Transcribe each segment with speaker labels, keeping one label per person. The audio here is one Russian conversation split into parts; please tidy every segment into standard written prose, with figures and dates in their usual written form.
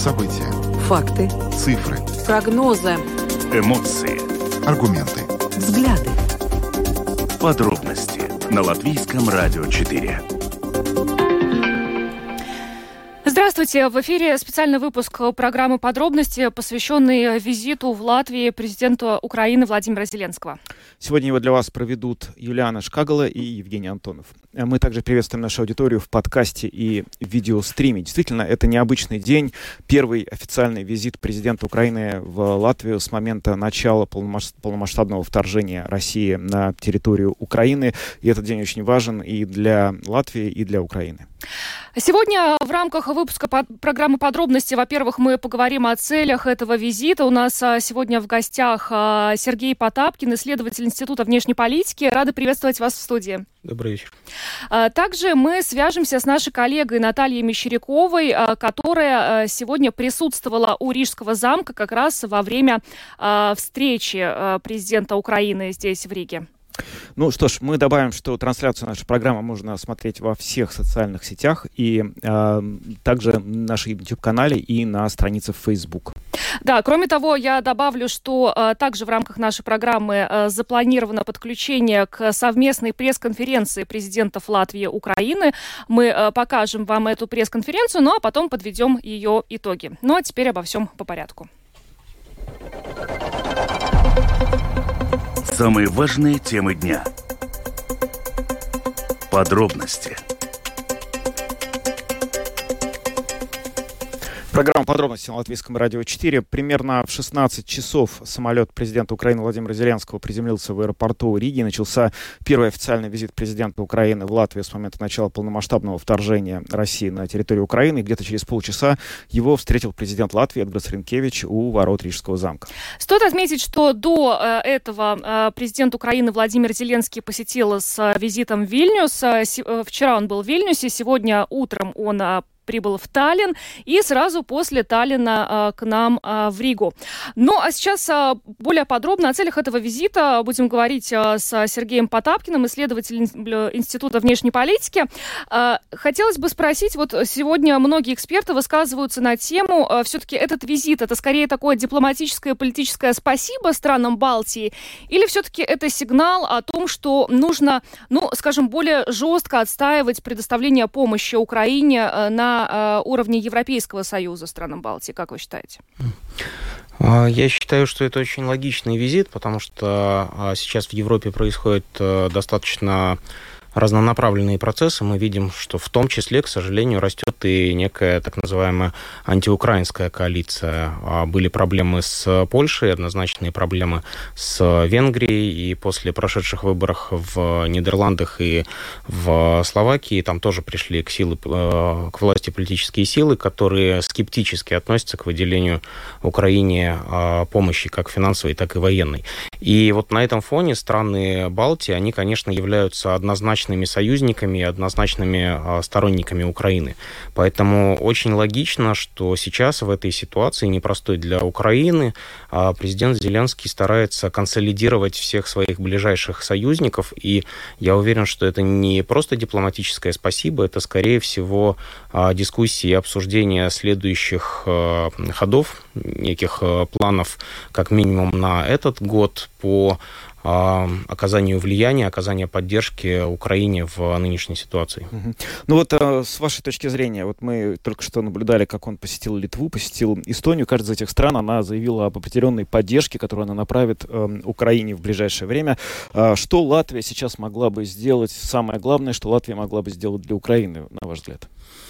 Speaker 1: События.
Speaker 2: Факты.
Speaker 1: Цифры.
Speaker 2: Прогнозы.
Speaker 3: Эмоции.
Speaker 1: Аргументы.
Speaker 2: Взгляды.
Speaker 3: Подробности на Латвийском радио 4.
Speaker 4: Здравствуйте! В эфире специальный выпуск программы «Подробности», посвященный визиту в Латвию президента Украины Владимира Зеленского.
Speaker 5: Сегодня его для вас проведут Юлиана Шкагала и Евгений Антонов. Мы также приветствуем нашу аудиторию в подкасте и видеостриме. Действительно, это необычный день. Первый официальный визит президента Украины в Латвию с момента начала полномасштабного вторжения России на территорию Украины. И этот день очень важен и для Латвии, и для Украины.
Speaker 4: Сегодня в рамках выпуска программы «Подробности», во-первых, мы поговорим о целях этого визита. У нас сегодня в гостях Сергей Потапкин, исследователь Института внешней политики. Рады приветствовать вас в студии.
Speaker 6: Добрый вечер.
Speaker 4: Также мы свяжемся с нашей коллегой Натальей Мещеряковой, которая сегодня присутствовала у Рижского замка как раз во время встречи президента Украины здесь, в Риге.
Speaker 5: Ну что ж, мы добавим, что трансляцию нашей программы можно смотреть во всех социальных сетях и также на нашем YouTube-канале и на странице в Facebook.
Speaker 4: Да, кроме того, я добавлю, что также в рамках нашей программы запланировано подключение к совместной пресс-конференции президентов Латвии и Украины. Мы покажем вам эту пресс-конференцию, ну а потом подведем ее итоги. Ну а теперь обо всем по порядку.
Speaker 3: Самые важные темы дня. Подробности.
Speaker 5: Программа «Подробности» на Латвийском радио 4. Примерно в 16 часов самолет президента Украины Владимира Зеленского приземлился в аэропорту Риги. Начался первый официальный визит президента Украины в Латвию с момента начала полномасштабного вторжения России на территорию Украины. Где-то через полчаса его встретил президент Латвии Эдгарс Ринкевич у ворот Рижского замка.
Speaker 4: Стоит отметить, что до этого президент Украины Владимир Зеленский посетил с визитом Вильнюс. Вчера он был в Вильнюсе, сегодня утром он прибыл в Таллин и сразу после Таллина к нам в Ригу. Ну, а сейчас более подробно о целях этого визита будем говорить с Сергеем Потапкиным, исследователем Института внешней политики. Хотелось бы спросить, вот сегодня многие эксперты высказываются на тему, все-таки этот визит, это скорее такое дипломатическое и политическое спасибо странам Балтии, или все-таки это сигнал о том, что нужно, ну, скажем, более жестко отстаивать предоставление помощи Украине на уровне Европейского Союза странам Балтии, как вы считаете?
Speaker 6: Я считаю, что это очень логичный визит, потому что сейчас в Европе происходят достаточно разнонаправленные процессы. Мы видим, что в том числе, к сожалению, растет и некая так называемая антиукраинская коалиция. Были проблемы с Польшей, однозначные проблемы с Венгрией, и после прошедших выборов в Нидерландах и в Словакии там тоже пришли к власти политические силы, которые скептически относятся к выделению Украине помощи как финансовой, так и военной. И вот на этом фоне страны Балтии, они, конечно, являются однозначными союзниками и однозначными сторонниками Украины. Поэтому очень логично, что сейчас в этой ситуации, непростой для Украины, президент Зеленский старается консолидировать всех своих ближайших союзников. И я уверен, что это не просто дипломатическое спасибо, это, скорее всего, дискуссии и обсуждения следующих ходов, неких планов, как минимум на этот год, по оказанию влияния, оказанию поддержки Украине в нынешней ситуации.
Speaker 5: Ну вот с вашей точки зрения, вот мы только что наблюдали, как он посетил Литву, посетил Эстонию. Каждая из этих стран, она заявила об определенной поддержке, которую она направит Украине в ближайшее время. Что Латвия сейчас могла бы сделать? Самое главное, что Латвия могла бы сделать для Украины, на ваш взгляд?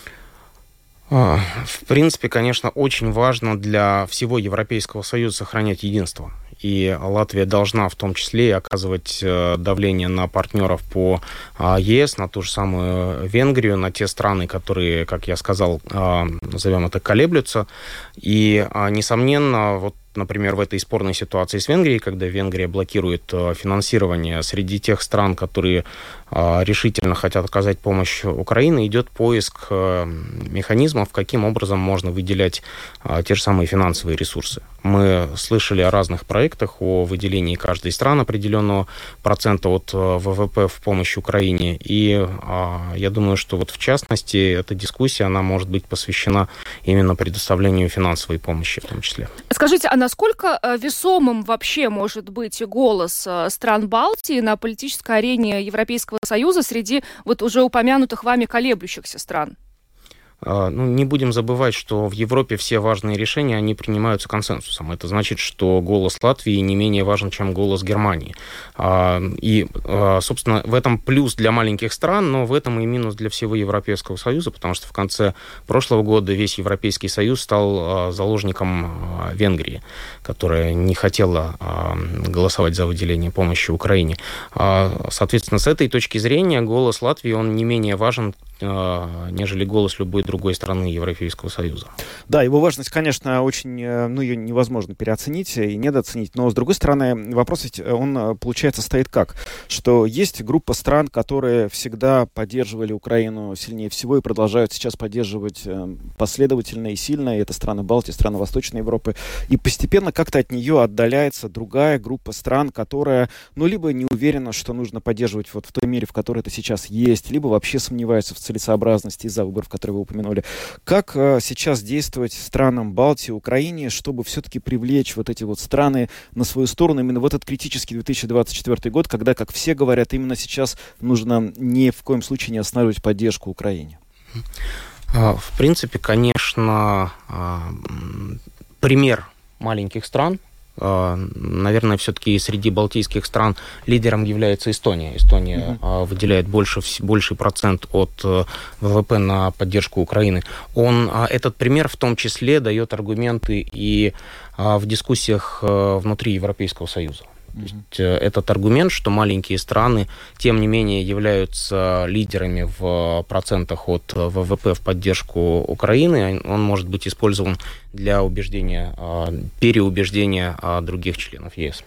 Speaker 6: В принципе, конечно, очень важно для всего Европейского Союза сохранять единство. И Латвия должна в том числе и оказывать давление на партнеров по ЕС, на ту же самую Венгрию, на те страны, которые, как я сказал, назовем это, колеблются. И, несомненно, вот например, в этой спорной ситуации с Венгрией, когда Венгрия блокирует финансирование, среди тех стран, которые решительно хотят оказать помощь Украине, идет поиск механизмов, каким образом можно выделять те же самые финансовые ресурсы. Мы слышали о разных проектах, о выделении каждой страны определенного процента от ВВП в помощь Украине. И я думаю, что вот в частности эта дискуссия, она может быть посвящена именно предоставлению финансовой помощи в том числе.
Speaker 4: Скажите, а насколько весомым вообще может быть голос стран Балтии на политической арене Европейского Союза среди вот уже упомянутых вами колеблющихся стран?
Speaker 6: Не будем забывать, что в Европе все важные решения, они принимаются консенсусом. Это значит, что голос Латвии не менее важен, чем голос Германии. И, собственно, в этом плюс для маленьких стран, но в этом и минус для всего Европейского Союза, потому что в конце прошлого года весь Европейский Союз стал заложником Венгрии, которая не хотела голосовать за выделение помощи Украине. Соответственно, с этой точки зрения голос Латвии, он не менее важен, нежели голос любой другой страны Европейского Союза.
Speaker 5: Да, его важность, конечно, очень, ее невозможно переоценить и недооценить, но, с другой стороны, вопрос ведь, он, получается, стоит как? Что есть группа стран, которые всегда поддерживали Украину сильнее всего и продолжают сейчас поддерживать последовательно и сильно, и это страны Балтии, страны Восточной Европы, и постепенно как-то от нее отдаляется другая группа стран, которая, либо не уверена, что нужно поддерживать вот в той мере, в которой это сейчас есть, либо вообще сомневается в целесообразности из-за выборов, которые вы упомянули. Как сейчас действовать странам Балтии, Украине, чтобы все-таки привлечь вот эти вот страны на свою сторону именно в этот критический 2024 год, когда, как все говорят, именно сейчас нужно ни в коем случае не останавливать поддержку Украине?
Speaker 6: В принципе, конечно, пример маленьких стран, наверное, все-таки среди балтийских стран лидером является Эстония. Эстония выделяет больший процент от ВВП на поддержку Украины. Этот пример в том числе дает аргументы и в дискуссиях внутри Европейского Союза. То есть этот аргумент, что маленькие страны, тем не менее, являются лидерами в процентах от ВВП в поддержку Украины, он может быть использован для переубеждения других членов ЕС.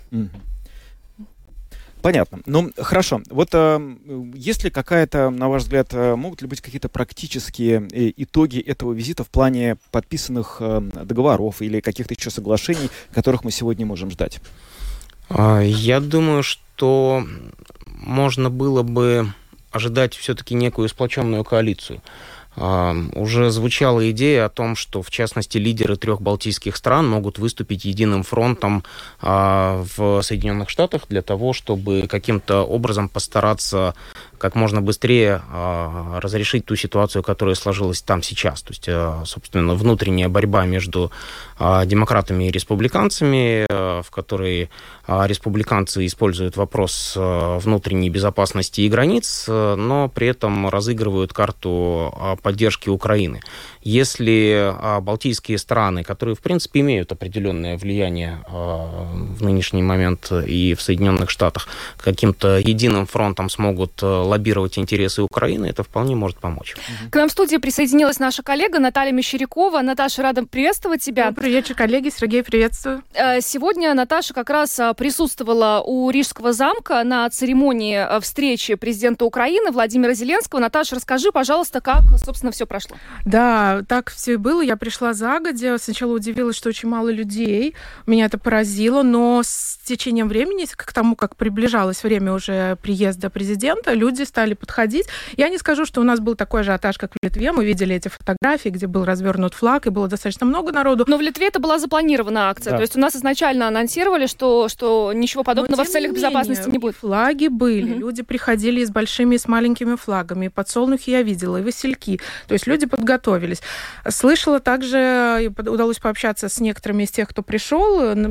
Speaker 5: Понятно. Хорошо. Вот есть ли какая-то, на ваш взгляд, могут ли быть какие-то практические итоги этого визита в плане подписанных договоров или каких-то еще соглашений, которых мы сегодня можем ждать?
Speaker 6: Я думаю, что можно было бы ожидать все-таки некую сплоченную коалицию. Уже звучала идея о том, что, в частности, лидеры 3 балтийских стран могут выступить единым фронтом в Соединенных Штатах для того, чтобы каким-то образом постараться как можно быстрее разрешить ту ситуацию, которая сложилась там сейчас. То есть, собственно, внутренняя борьба между демократами и республиканцами, в которой республиканцы используют вопрос внутренней безопасности и границ, но при этом разыгрывают карту поддержки Украины. Если балтийские страны, которые, в принципе, имеют определенное влияние в нынешний момент и в Соединенных Штатах, каким-то единым фронтом смогут лоббировать интересы Украины, это вполне может помочь.
Speaker 4: К нам в студии присоединилась наша коллега Наталья Мещерякова. Наташа, рада приветствовать тебя.
Speaker 1: Добрый вечер, коллеги. Сергей, приветствую.
Speaker 4: Сегодня Наташа как раз присутствовала у Рижского замка на церемонии встречи президента Украины Владимира Зеленского. Наташа, расскажи, пожалуйста, как, собственно, все прошло.
Speaker 1: Да, так все и было. Я пришла загодя. Сначала удивилась, что очень мало людей. Меня это поразило, но с течением времени, к тому, как приближалось время уже приезда президента, люди стали подходить. Я не скажу, что у нас был такой ажиотаж, как в Литве. Мы видели эти фотографии, где был развернут флаг, и было достаточно много народу.
Speaker 4: Но в Литве это была запланированная акция. Да. То есть у нас изначально анонсировали, что ничего подобного в целях безопасности не будет.
Speaker 1: Флаги были. Люди приходили и с большими, и с маленькими флагами. И подсолнухи я видела, и васильки. То есть люди подготовились. Слышала также, удалось пообщаться с некоторыми из тех, кто пришел.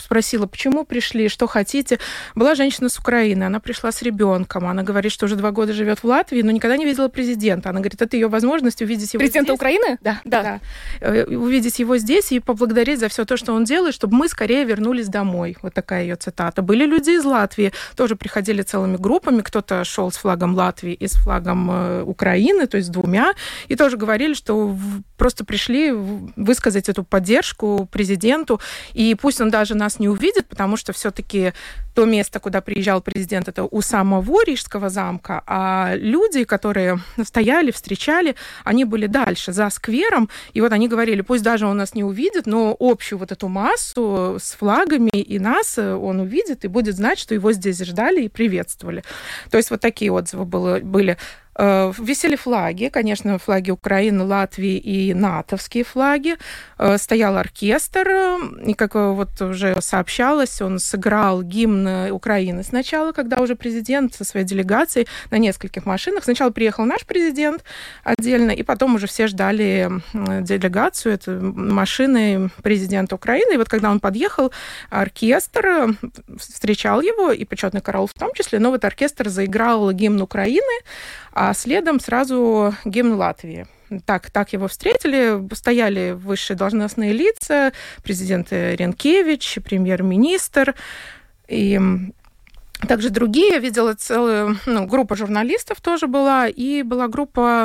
Speaker 1: спросила, почему пришли, что хотите. Была женщина с Украины, она пришла с ребенком. Она говорит, что уже 2 года живет в Латвии, но никогда не видела президента. Она говорит, это ее возможность увидеть его
Speaker 4: президента
Speaker 1: здесь.
Speaker 4: Украины?
Speaker 1: Да. Увидеть его здесь и поблагодарить за все то, что он делает, чтобы мы скорее вернулись домой. Вот такая ее цитата. Были люди из Латвии, тоже приходили целыми группами. Кто-то шел с флагом Латвии и с флагом Украины, то есть 2. И тоже говорили, что просто пришли высказать эту поддержку президенту. И пусть он даже нас не увидит, потому что все-таки то место, куда приезжал президент, это у самого Рижского замка, а люди, которые стояли, встречали, они были дальше, за сквером, и вот они говорили, пусть даже он нас не увидит, но общую вот эту массу с флагами и нас он увидит и будет знать, что его здесь ждали и приветствовали. То есть вот такие отзывы были. Висели флаги, конечно, флаги Украины, Латвии и натовские флаги. Стоял оркестр, и, как вот уже сообщалось, он сыграл гимн Украины сначала, когда уже президент со своей делегацией на нескольких машинах. Сначала приехал наш президент отдельно, и потом уже все ждали делегацию, это машины президента Украины. И вот когда он подъехал, оркестр встречал его, и почетный караул в том числе, но вот оркестр заиграл гимн Украины, а следом сразу гимн Латвии. Так его встретили. Стояли высшие должностные лица, президент Ренкевич, премьер-министр и также другие. Я видела целую группу журналистов тоже была, и была группа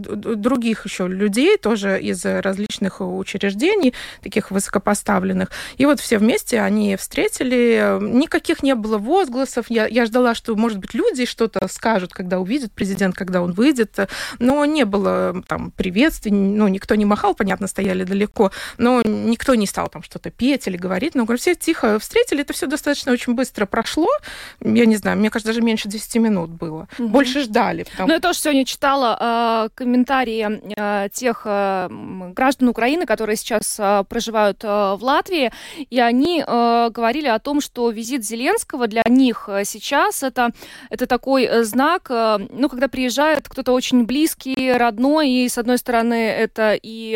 Speaker 1: других еще людей, тоже из различных учреждений, таких высокопоставленных. И вот все вместе они встретили. Никаких не было возгласов. Я ждала, что, может быть, люди что-то скажут, когда увидят президент, когда он выйдет. Но не было там приветствий, никто не махал, понятно, стояли далеко, но никто не стал там что-то петь или говорить. Но все тихо встретили. Это все достаточно очень быстро прошло. Я не знаю, мне кажется, даже меньше 10 минут было. Больше ждали.
Speaker 4: Я тоже сегодня читала комментарии тех граждан Украины, которые сейчас проживают в Латвии, и они говорили о том, что визит Зеленского для них сейчас это такой знак, когда приезжает кто-то очень близкий, родной, и, с одной стороны, это и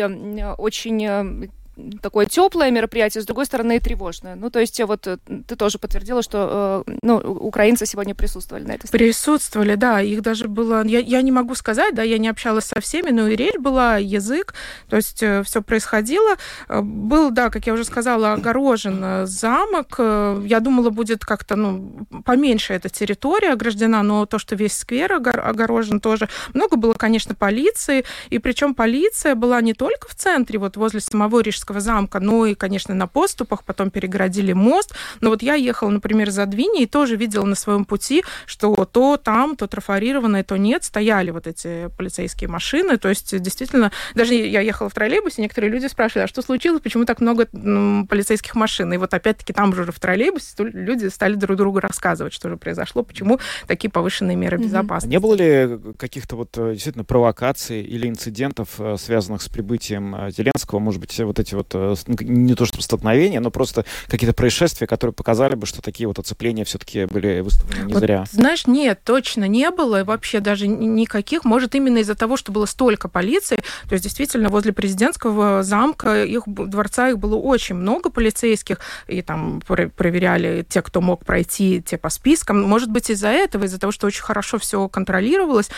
Speaker 4: очень такое теплое мероприятие, с другой стороны, и тревожное. То есть вот ты тоже подтвердила, что украинцы сегодня присутствовали на этой встрече.
Speaker 1: Присутствовали, да. Их даже было... Я не могу сказать, да, я не общалась со всеми, но и речь была, язык, то есть все происходило. Был, да, как я уже сказала, огорожен замок. Я думала, будет как-то, поменьше эта территория ограждена, но то, что весь сквер огорожен тоже. Много было, конечно, полиции, и причем полиция была не только в центре, вот возле самого Рижского замка, но и, конечно, на подступах, потом перегородили мост. Но вот я ехала, например, за Двиней и тоже видела на своем пути, что то там, то трафарированное, то нет, стояли вот эти полицейские машины. То есть, действительно, даже я ехала в троллейбусе, некоторые люди спрашивали, а что случилось, почему так много полицейских машин? И вот опять-таки там же в троллейбусе люди стали друг другу рассказывать, что же произошло, почему такие повышенные меры безопасности.
Speaker 5: Не было ли каких-то действительно провокаций или инцидентов, связанных с прибытием Зеленского, может быть, вот эти не то что столкновения, но просто какие-то происшествия, которые показали бы, что такие вот оцепления все-таки были выставлены не зря?
Speaker 1: Знаешь, нет, точно не было, вообще даже никаких. Может, именно из-за того, что было столько полиции, то есть действительно возле президентского замка, дворца, их было очень много полицейских, и там проверяли те, кто мог пройти, те по спискам. Может быть, из-за этого, из-за того, что очень хорошо все контролировалось,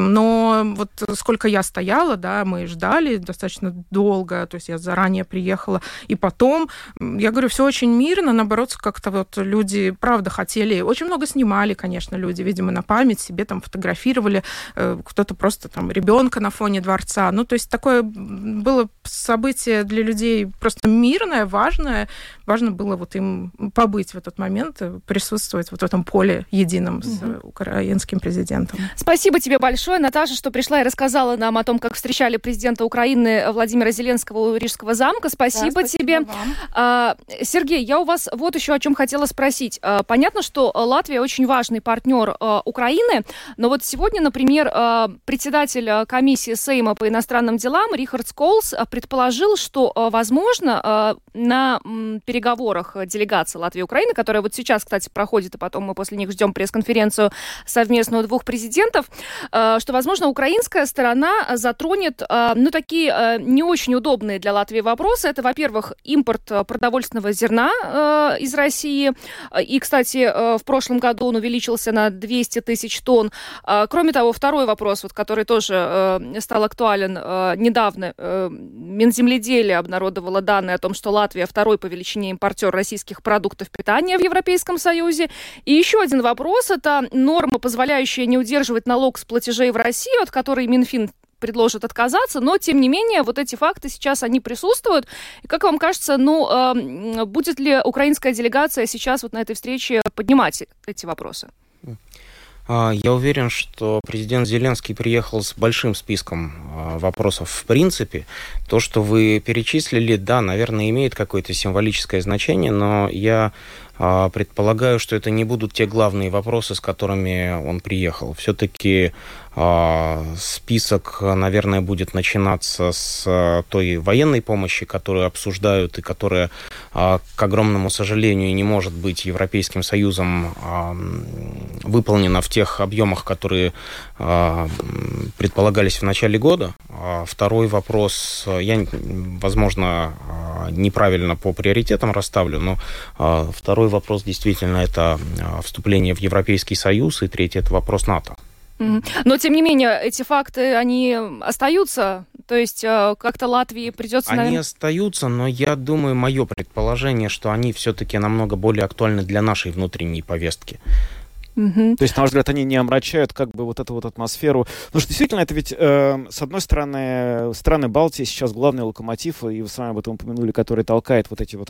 Speaker 1: но вот сколько я стояла, да, мы ждали достаточно долго, то есть я заранее приехала. И потом, я говорю, все очень мирно, наоборот, как-то вот люди, правда, хотели, очень много снимали, конечно, люди, видимо, на память себе там фотографировали, кто-то просто там ребенка на фоне дворца. То есть такое было событие для людей просто мирное, важное. Важно было вот им побыть в этот момент, присутствовать вот в этом поле едином с украинским президентом.
Speaker 4: Спасибо тебе большое, Наташа, что пришла и рассказала нам о том, как встречали президента Украины Владимира Зеленского у Рижского замка. Спасибо тебе. Сергей, я у вас вот еще о чем хотела спросить. Понятно, что Латвия очень важный партнер Украины, но вот сегодня, например, председатель комиссии Сейма по иностранным делам Рихард Сколс предположил, что, возможно, на переговорах делегации Латвии и Украины, которая вот сейчас, кстати, проходит, и потом мы после них ждем пресс-конференцию совместную двух президентов, что, возможно, украинская сторона затронет, такие не очень удобные для Латвии вопросы, вопросы. Это, во-первых, импорт продовольственного зерна из России. И, кстати, в прошлом году он увеличился на 200 тысяч тонн. Кроме того, второй вопрос, вот, который тоже стал актуален недавно. Минземледелие обнародовало данные о том, что Латвия второй по величине импортер российских продуктов питания в Европейском Союзе. И еще один вопрос – это норма, позволяющая не удерживать налог с платежей в России, от которой Минфин предложит отказаться, но, тем не менее, вот эти факты сейчас, они присутствуют. И как вам кажется, будет ли украинская делегация сейчас вот на этой встрече поднимать эти вопросы?
Speaker 6: Я уверен, что президент Зеленский приехал с большим списком вопросов в принципе. То, что вы перечислили, да, наверное, имеет какое-то символическое значение, но я предполагаю, что это не будут те главные вопросы, с которыми он приехал. Все-таки список, наверное, будет начинаться с той военной помощи, которую обсуждают и которая, к огромному сожалению, не может быть Европейским Союзом выполнена в тех объемах, которые предполагались в начале года. Второй вопрос, я, возможно, неправильно по приоритетам расставлю, но второй вопрос действительно это вступление в Европейский Союз, и третий это вопрос НАТО.
Speaker 4: Но, тем не менее, эти факты, они остаются? То есть как-то Латвии придется...
Speaker 6: Они остаются, но я думаю, мое предположение, что они все-таки намного более актуальны для нашей внутренней повестки.
Speaker 5: То есть, на ваш взгляд, они не омрачают как бы вот эту вот атмосферу. Потому что действительно, это ведь, с одной стороны, страны Балтии сейчас главный локомотив, и вы сами об этом упомянули, который толкает вот эти вот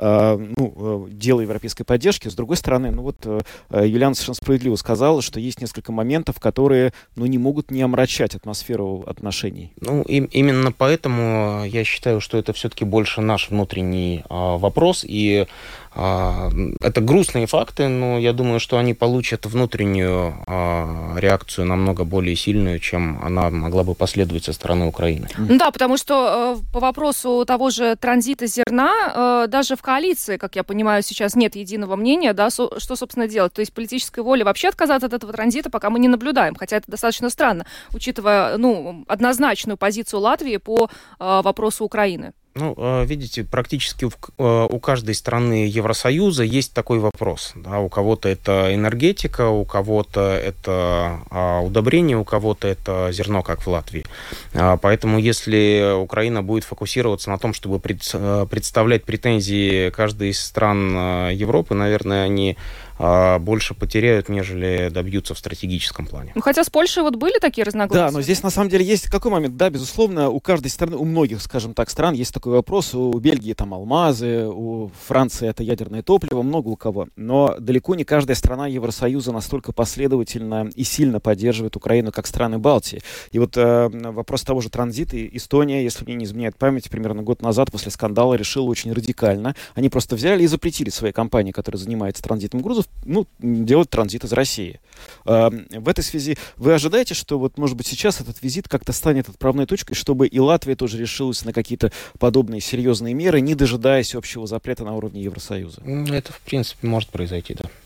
Speaker 5: дела европейской поддержки. С другой стороны, Юлиана совершенно справедливо сказала, что есть несколько моментов, которые, не могут не омрачать атмосферу отношений.
Speaker 6: Именно поэтому я считаю, что это все-таки больше наш внутренний вопрос, и это грустные факты, но я думаю, что они получат внутреннюю реакцию намного более сильную, чем она могла бы последовать со стороны Украины.
Speaker 4: Да, потому что по вопросу того же транзита зерна, даже в коалиции, как я понимаю, сейчас нет единого мнения, да, что, собственно, делать. То есть политической воли вообще отказаться от этого транзита пока мы не наблюдаем, хотя это достаточно странно, учитывая однозначную позицию Латвии по вопросу Украины.
Speaker 6: Видите, практически у каждой страны Евросоюза есть такой вопрос. Да? У кого-то это энергетика, у кого-то это удобрение, у кого-то это зерно, как в Латвии. Поэтому если Украина будет фокусироваться на том, чтобы представлять претензии каждой из стран Европы, наверное, они больше потеряют, нежели добьются в стратегическом плане.
Speaker 4: Хотя с Польшей были такие разногласия.
Speaker 5: Да, но здесь на самом деле есть какой момент? Да, безусловно, у каждой страны, у многих, скажем так, стран есть такой вопрос. У Бельгии там алмазы, у Франции это ядерное топливо, много у кого. Но далеко не каждая страна Евросоюза настолько последовательно и сильно поддерживает Украину, как страны Балтии. И вот вопрос того же транзита. Эстония, если мне не изменяет память, примерно год назад после скандала решила очень радикально. Они просто взяли и запретили своей компании, которая занимается транзитом грузов, делать транзит из России. В этой связи вы ожидаете, что может быть сейчас этот визит как-то станет отправной точкой, чтобы и Латвия тоже решилась на какие-то подобные серьезные меры, не дожидаясь общего запрета на уровне Евросоюза?
Speaker 6: Это, в принципе, может произойти, да.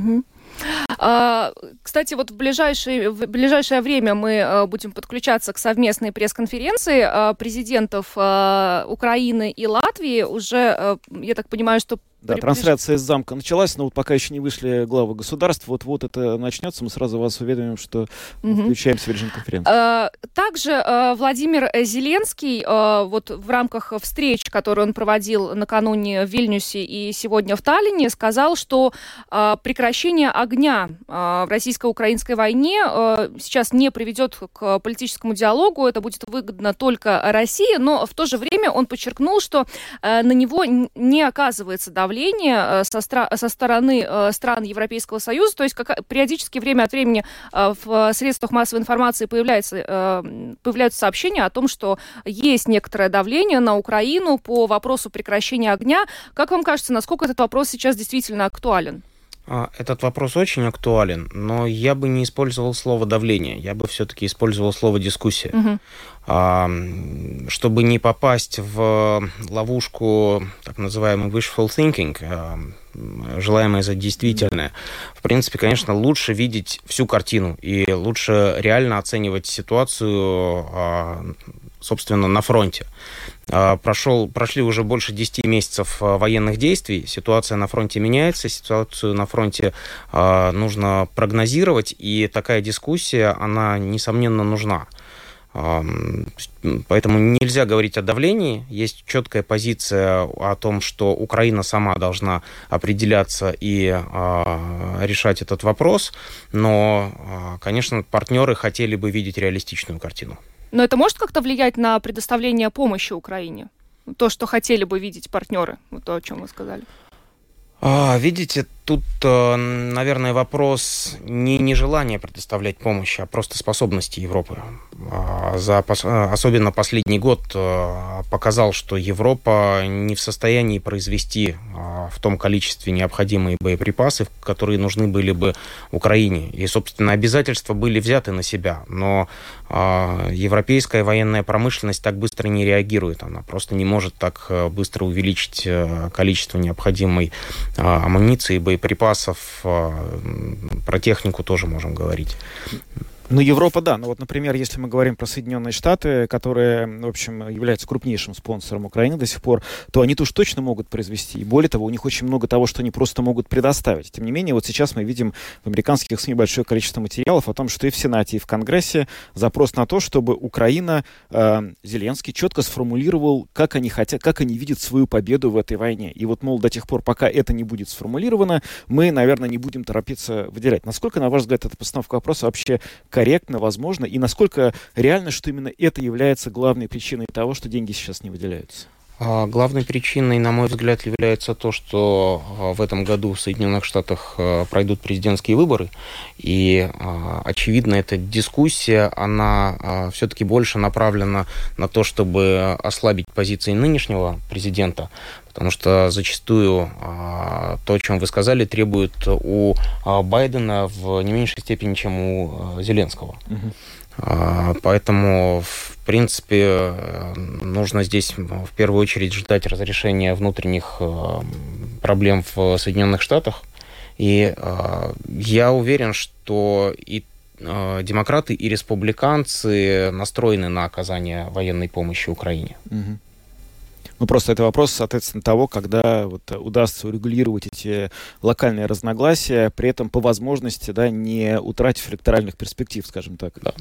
Speaker 4: Кстати, в ближайшее время мы будем подключаться к совместной пресс-конференции президентов Украины и Латвии. Уже, я так понимаю, что...
Speaker 5: Да, трансляция из замка началась, но пока еще не вышли главы государств. Вот это начнется, мы сразу вас уведомим, что включаемся в режим конференции.
Speaker 4: Также Владимир Зеленский в рамках встреч, которые он проводил накануне в Вильнюсе и сегодня в Таллине, сказал, что прекращение огня в российско-украинской войне сейчас не приведет к политическому диалогу, это будет выгодно только России, но в то же время он подчеркнул, что на него не оказывается давление со стороны стран Европейского Союза, то есть периодически время от времени в средствах массовой информации появляются сообщения о том, что есть некоторое давление на Украину по вопросу прекращения огня. Как вам кажется, насколько этот вопрос сейчас действительно актуален?
Speaker 6: Этот вопрос очень актуален, но я бы не использовал слово «давление», я бы все-таки использовал слово «дискуссия». Чтобы не попасть в ловушку так называемый wishful thinking, желаемое за действительное, в принципе, конечно, лучше видеть всю картину и лучше реально оценивать ситуацию собственно, на фронте. Прошли уже больше 10 месяцев военных действий, ситуация на фронте меняется, ситуацию на фронте нужно прогнозировать, и такая дискуссия, она, несомненно, нужна. Поэтому нельзя говорить о давлении. Есть четкая позиция о том, что Украина сама должна определяться и решать этот вопрос. Но, конечно, партнеры хотели бы видеть реалистичную картину.
Speaker 4: Но это может как-то влиять на предоставление помощи Украине? То, что хотели бы видеть партнеры, вот то, о чем вы сказали.
Speaker 6: Видите, тут, наверное, вопрос не нежелания предоставлять помощь, а просто способности Европы. Особенно последний год показал, что Европа не в состоянии произвести в том количестве необходимые боеприпасы, которые нужны были бы Украине. И, собственно, обязательства были взяты на себя. Но европейская военная промышленность так быстро не реагирует. Она просто не может так быстро увеличить количество необходимой амуниции, боеприпасов. Про технику тоже можем говорить.
Speaker 5: Ну, Европа, да. Ну, вот, например, если мы говорим про Соединенные Штаты, которые, в общем, являются крупнейшим спонсором Украины до сих пор, то они-то уж точно могут произвести. И более того, у них очень много того, что они просто могут предоставить. Тем не менее, вот сейчас мы видим в американских СМИ большое количество материалов о том, что и в Сенате, и в Конгрессе запрос на то, чтобы Украина, Зеленский четко сформулировал, как они хотят, как они видят свою победу в этой войне. И вот, мол, до тех пор, пока это не будет сформулировано, мы, наверное, не будем торопиться выделять. Насколько, на ваш взгляд, эта постановка вопроса вообще корректно, возможно, и насколько реально, что именно это является главной причиной того, что деньги сейчас не выделяются?
Speaker 6: Главной причиной, на мой взгляд, является то, что в этом году в Соединенных Штатах пройдут президентские выборы, и, очевидно, эта дискуссия, она все-таки больше направлена на то, чтобы ослабить позиции нынешнего президента, потому что зачастую то, о чем вы сказали, требует у Байдена в не меньшей степени, чем у Зеленского. Поэтому, в принципе, нужно здесь в первую очередь ждать разрешения внутренних проблем в Соединенных Штатах. И я уверен, что и демократы, и республиканцы настроены на оказание военной помощи Украине.
Speaker 5: Ну, просто это вопрос, соответственно, того, когда вот удастся урегулировать эти локальные разногласия, при этом по возможности, да, не утратив электоральных перспектив, скажем так.
Speaker 6: Да.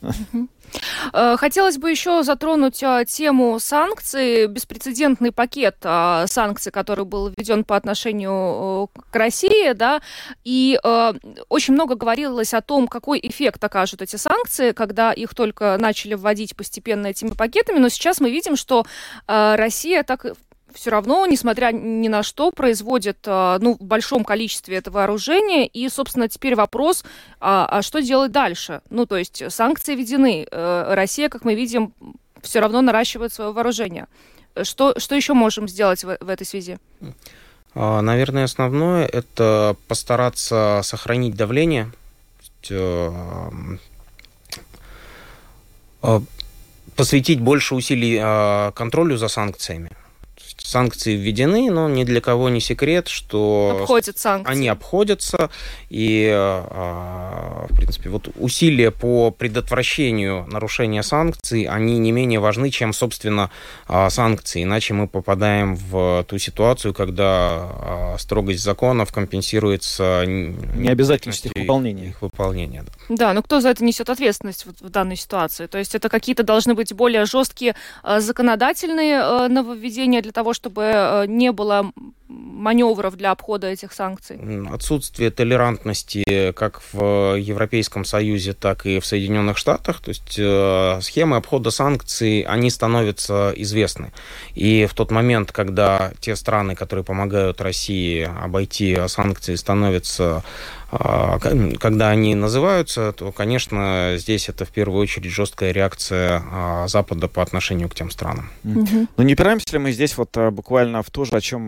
Speaker 4: Хотелось бы еще затронуть тему санкций, беспрецедентный пакет санкций, который был введен по отношению к России, да, и очень много говорилось о том, какой эффект окажут эти санкции, когда их только начали вводить постепенно этими пакетами, но сейчас мы видим, что Россия так все равно, несмотря ни на что, производит в большом количестве это вооружение. И, собственно, теперь вопрос, а что делать дальше? Ну, то есть санкции введены. Россия, как мы видим, все равно наращивает свое вооружение. Что еще можем сделать в этой связи?
Speaker 6: Наверное, основное – это постараться сохранить давление, посвятить больше усилий контролю за санкциями. Санкции введены, но ни для кого не секрет, что они обходятся. И, в принципе, вот усилия по предотвращению нарушения санкций, они не менее важны, чем, собственно, санкции. Иначе мы попадаем в ту ситуацию, когда строгость законов компенсируется
Speaker 5: необязательностью их выполнения.
Speaker 4: Да, но кто за это несет ответственность в данной ситуации? То есть это какие-то должны быть более жесткие законодательные нововведения для того, чтобы не было маневров для обхода этих санкций?
Speaker 6: Отсутствие толерантности как в Европейском Союзе, так и в Соединенных Штатах. То есть схемы обхода санкций, они становятся известны. И в тот момент, когда те страны, которые помогают России обойти санкции, становятся, когда они называются, то, конечно, здесь это в первую очередь жесткая реакция Запада по отношению к тем странам.
Speaker 5: Но не упираемся ли мы здесь вот буквально в то же, о чем вы сказали,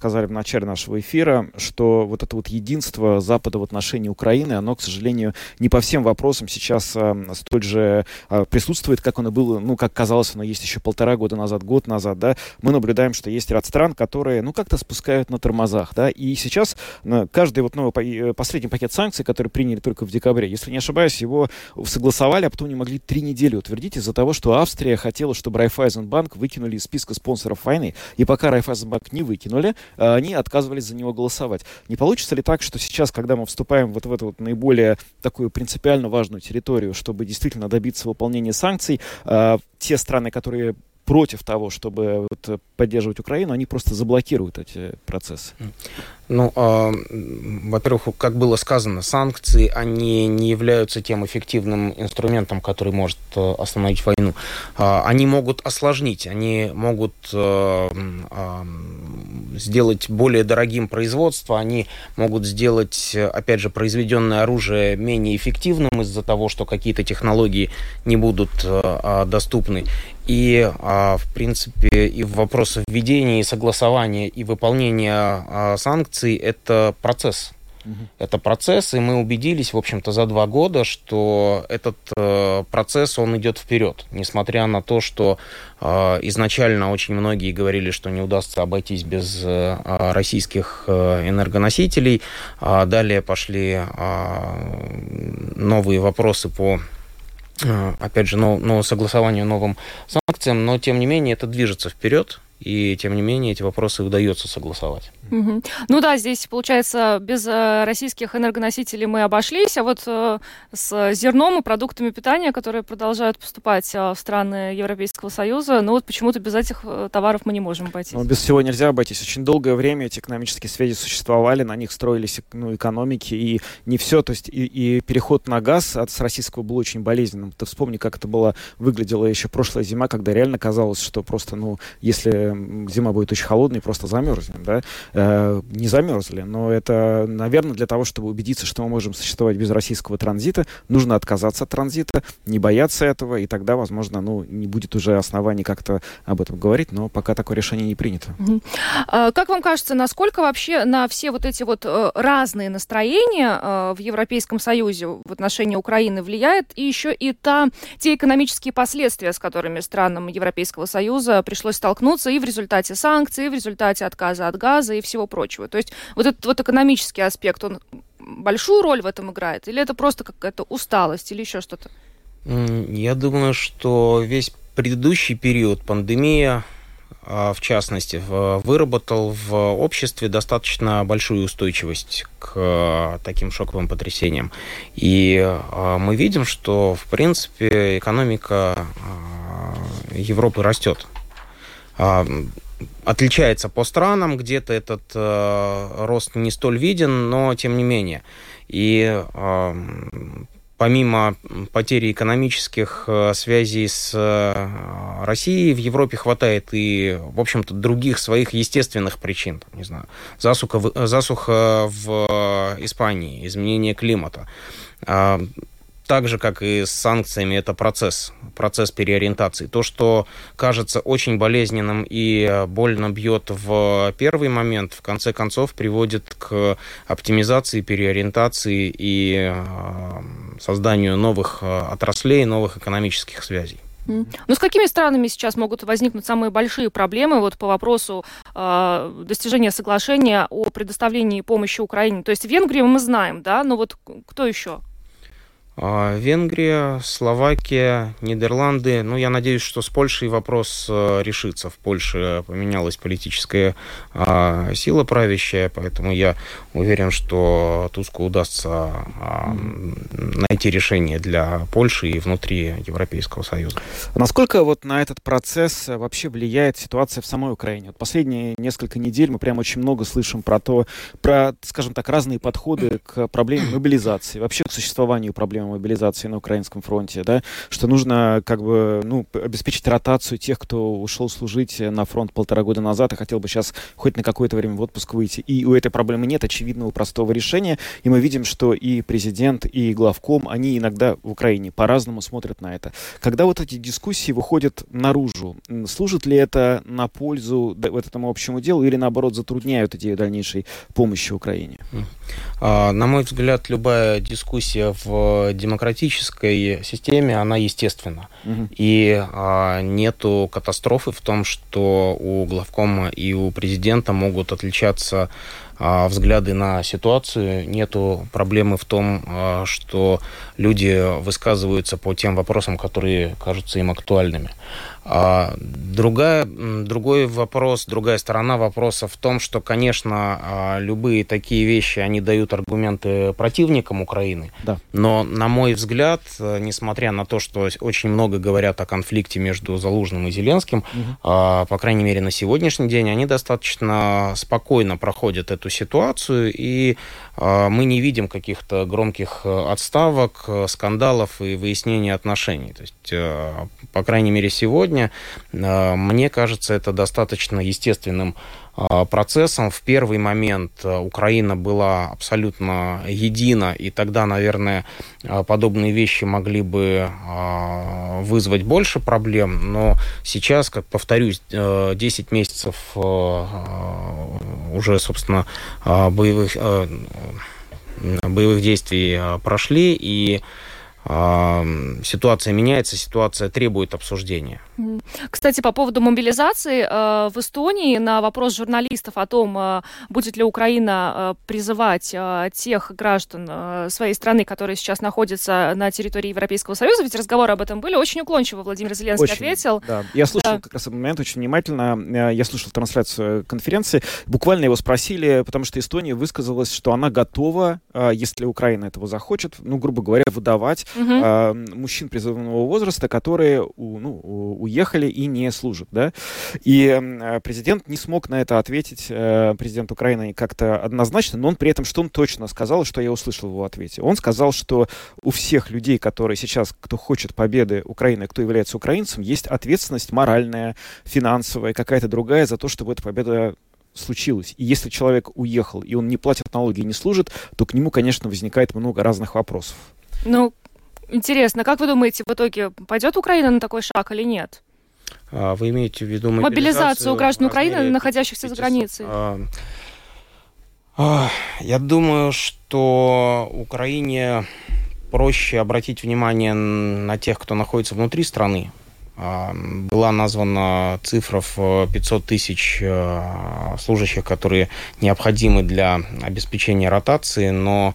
Speaker 5: сказали в начале нашего эфира, что вот это вот единство Запада в отношении Украины, оно, к сожалению, не по всем вопросам сейчас столь же присутствует, как оно было, ну, как казалось, оно есть еще 1,5 года назад, год назад, да. Мы наблюдаем, что есть ряд стран, которые, ну, как-то спускают на тормозах, да, и сейчас каждый вот новый, последний пакет санкций, который приняли только в декабре, если не ошибаюсь, его согласовали, а потом не могли 3 недели утвердить из-за того, что Австрия хотела, чтобы Райффайзенбанк выкинули из списка спонсоров войны. И пока Райффайзенбанк не выкинули, они отказывались за него голосовать. Не получится ли так, что сейчас, когда мы вступаем вот в эту вот наиболее такую принципиально важную территорию, чтобы действительно добиться выполнения санкций, те страны, которые против того, чтобы вот поддерживать Украину, они просто заблокируют эти процессы?
Speaker 6: Ну, во-первых, как было сказано, санкции, они не являются тем эффективным инструментом, который может остановить войну. Они могут осложнить, они могут сделать более дорогим производство, они могут сделать, опять же, произведенное оружие менее эффективным из-за того, что какие-то технологии не будут доступны. И, в принципе, и вопросы введения, и согласования, и выполнения санкций – это процесс. Это процесс, и мы убедились, в общем-то, за 2 года, что этот процесс, он идет вперед. Несмотря на то, что изначально очень многие говорили, что не удастся обойтись без российских энергоносителей. Далее пошли новые вопросы по, опять же, согласованию новым санкциям, но, тем не менее, это движется вперед. И, тем не менее, эти вопросы удается согласовать.
Speaker 4: Угу. Ну да, здесь, получается, без российских энергоносителей мы обошлись, а вот с зерном и продуктами питания, которые продолжают поступать в страны Европейского Союза, ну вот почему-то без этих товаров мы не можем обойтись.
Speaker 5: Ну, без всего нельзя обойтись. Очень долгое время эти экономические связи существовали, на них строились экономики, и не все, то есть и переход на газ с российского был очень болезненным. Ты вспомни, как это выглядело еще прошлая зима, когда реально казалось, что просто, если зима будет очень холодной, просто замерзнем, да? Не замерзли, но это, наверное, для того, чтобы убедиться, что мы можем существовать без российского транзита, нужно отказаться от транзита, не бояться этого, и тогда, возможно, не будет уже оснований как-то об этом говорить, но пока такое решение не принято.
Speaker 4: Как вам кажется, насколько вообще на все вот эти вот разные настроения в Европейском Союзе в отношении Украины влияет и еще и те экономические последствия, с которыми странам Европейского Союза пришлось столкнуться и в результате санкций, и в результате отказа от газа и всего прочего. То есть вот этот вот экономический аспект, он большую роль в этом играет? Или это просто какая-то усталость или еще что-то?
Speaker 6: Я думаю, что весь предыдущий период, пандемия, в частности, выработал в обществе достаточно большую устойчивость к таким шоковым потрясениям. И мы видим, что, в принципе, экономика Европы растет. Отличается по странам, где-то этот рост не столь виден, но тем не менее. И помимо потери экономических связей с Россией, в Европе хватает и, в общем-то, других своих естественных причин. Не знаю, засуха в Испании, изменение климата. Так же, как и с санкциями, это процесс переориентации. То, что кажется очень болезненным и больно бьет в первый момент, в конце концов приводит к оптимизации, переориентации и созданию новых отраслей, новых экономических связей.
Speaker 4: Ну, с какими странами сейчас могут возникнуть самые большие проблемы вот по вопросу достижения соглашения о предоставлении помощи Украине? То есть Венгрию мы знаем, да, но вот кто еще?
Speaker 6: Венгрия, Словакия, Нидерланды. Я надеюсь, что с Польшей вопрос решится. В Польше поменялась политическая сила правящая, поэтому я уверен, что Туску удастся найти решение для Польши и внутри Европейского Союза.
Speaker 5: Насколько вот на этот процесс вообще влияет ситуация в самой Украине? Вот последние несколько недель мы прям очень много слышим про, скажем так, разные подходы к проблеме мобилизации, вообще к существованию проблемы мобилизации на украинском фронте, да, что нужно как бы, ну, обеспечить ротацию тех, кто ушел служить на фронт 1,5 года назад и хотел бы сейчас хоть на какое-то время в отпуск выйти. И у этой проблемы нет очевидного простого решения. И мы видим, что и президент, и главком, они иногда в Украине по-разному смотрят на это. Когда вот эти дискуссии выходят наружу, служит ли это на пользу этому общему делу или, наоборот, затрудняют идею дальнейшей помощи Украине?
Speaker 6: На мой взгляд, любая дискуссия в демократической системе, она естественна. И нету катастрофы в том, что у главкома и у президента могут отличаться взгляды на ситуацию. Нету проблемы в том, что люди высказываются по тем вопросам, которые кажутся им актуальными. Другой вопрос, другая сторона вопроса в том, что, конечно, любые такие вещи, они дают аргументы противникам Украины.
Speaker 5: Да.
Speaker 6: Но, на мой взгляд, несмотря на то, что очень много говорят о конфликте между Залужным и Зеленским, по крайней мере, на сегодняшний день, они достаточно спокойно проходят эту ситуацию, и мы не видим каких-то громких отставок, скандалов и выяснения отношений. То есть, по крайней мере, сегодня, мне кажется, это достаточно естественным процессом. В первый момент Украина была абсолютно едина, и тогда, наверное, подобные вещи могли бы вызвать больше проблем. Но сейчас, как повторюсь, 10 месяцев уже, собственно, боевых действий прошли, и ситуация меняется, ситуация требует обсуждения.
Speaker 4: Кстати, по поводу мобилизации, в Эстонии на вопрос журналистов о том, будет ли Украина призывать тех граждан своей страны, которые сейчас находятся на территории Европейского Союза, ведь разговоры об этом были, очень уклончиво Владимир Зеленский ответил.
Speaker 5: Да. Я слушал как раз этот момент очень внимательно, я слушал трансляцию конференции, буквально его спросили, потому что Эстония высказалась, что она готова, если Украина этого захочет, ну, грубо говоря, выдавать мужчин призывного возраста, которые уехали и не служат, да. И президент не смог на это ответить, президент Украины, как-то однозначно, но он при этом, что он точно сказал, что я услышал в его ответе. Он сказал, что у всех людей, которые сейчас, кто хочет победы Украины, кто является украинцем, есть ответственность моральная, финансовая, какая-то другая за то, чтобы эта победа случилось. И если человек уехал, и он не платит налоги и не служит, то к нему, конечно, возникает много разных вопросов.
Speaker 4: Ну, интересно, как вы думаете, в итоге пойдет Украина на такой шаг или нет?
Speaker 6: Вы имеете в виду
Speaker 4: мобилизацию граждан Украины, находящихся за границей?
Speaker 6: Я думаю, что Украине проще обратить внимание на тех, кто находится внутри страны. Была названа цифра в 500 тысяч служащих, которые необходимы для обеспечения ротации, но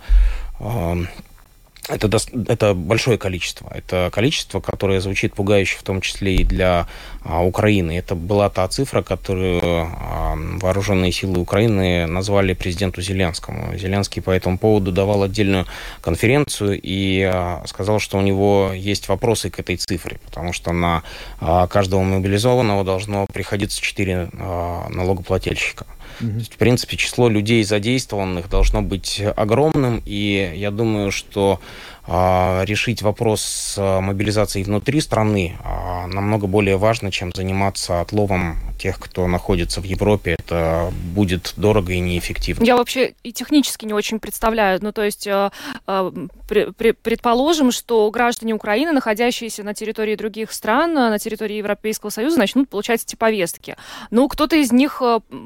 Speaker 6: это большое количество. Это количество, которое звучит пугающе, в том числе и для Украины. Это была та цифра, которую вооруженные силы Украины назвали президенту Зеленскому. Зеленский по этому поводу давал отдельную конференцию и сказал, что у него есть вопросы к этой цифре, потому что на каждого мобилизованного должно приходиться 4 налогоплательщика. То есть, в принципе, число людей задействованных должно быть огромным, и я думаю, что решить вопрос с мобилизацией внутри страны намного более важно, чем заниматься отловом тех, кто находится в Европе. Это будет дорого и неэффективно.
Speaker 4: Я вообще и технически не очень представляю. Ну, то есть, предположим, что граждане Украины, находящиеся на территории других стран, на территории Европейского Союза, начнут получать эти повестки. Ну, кто-то из них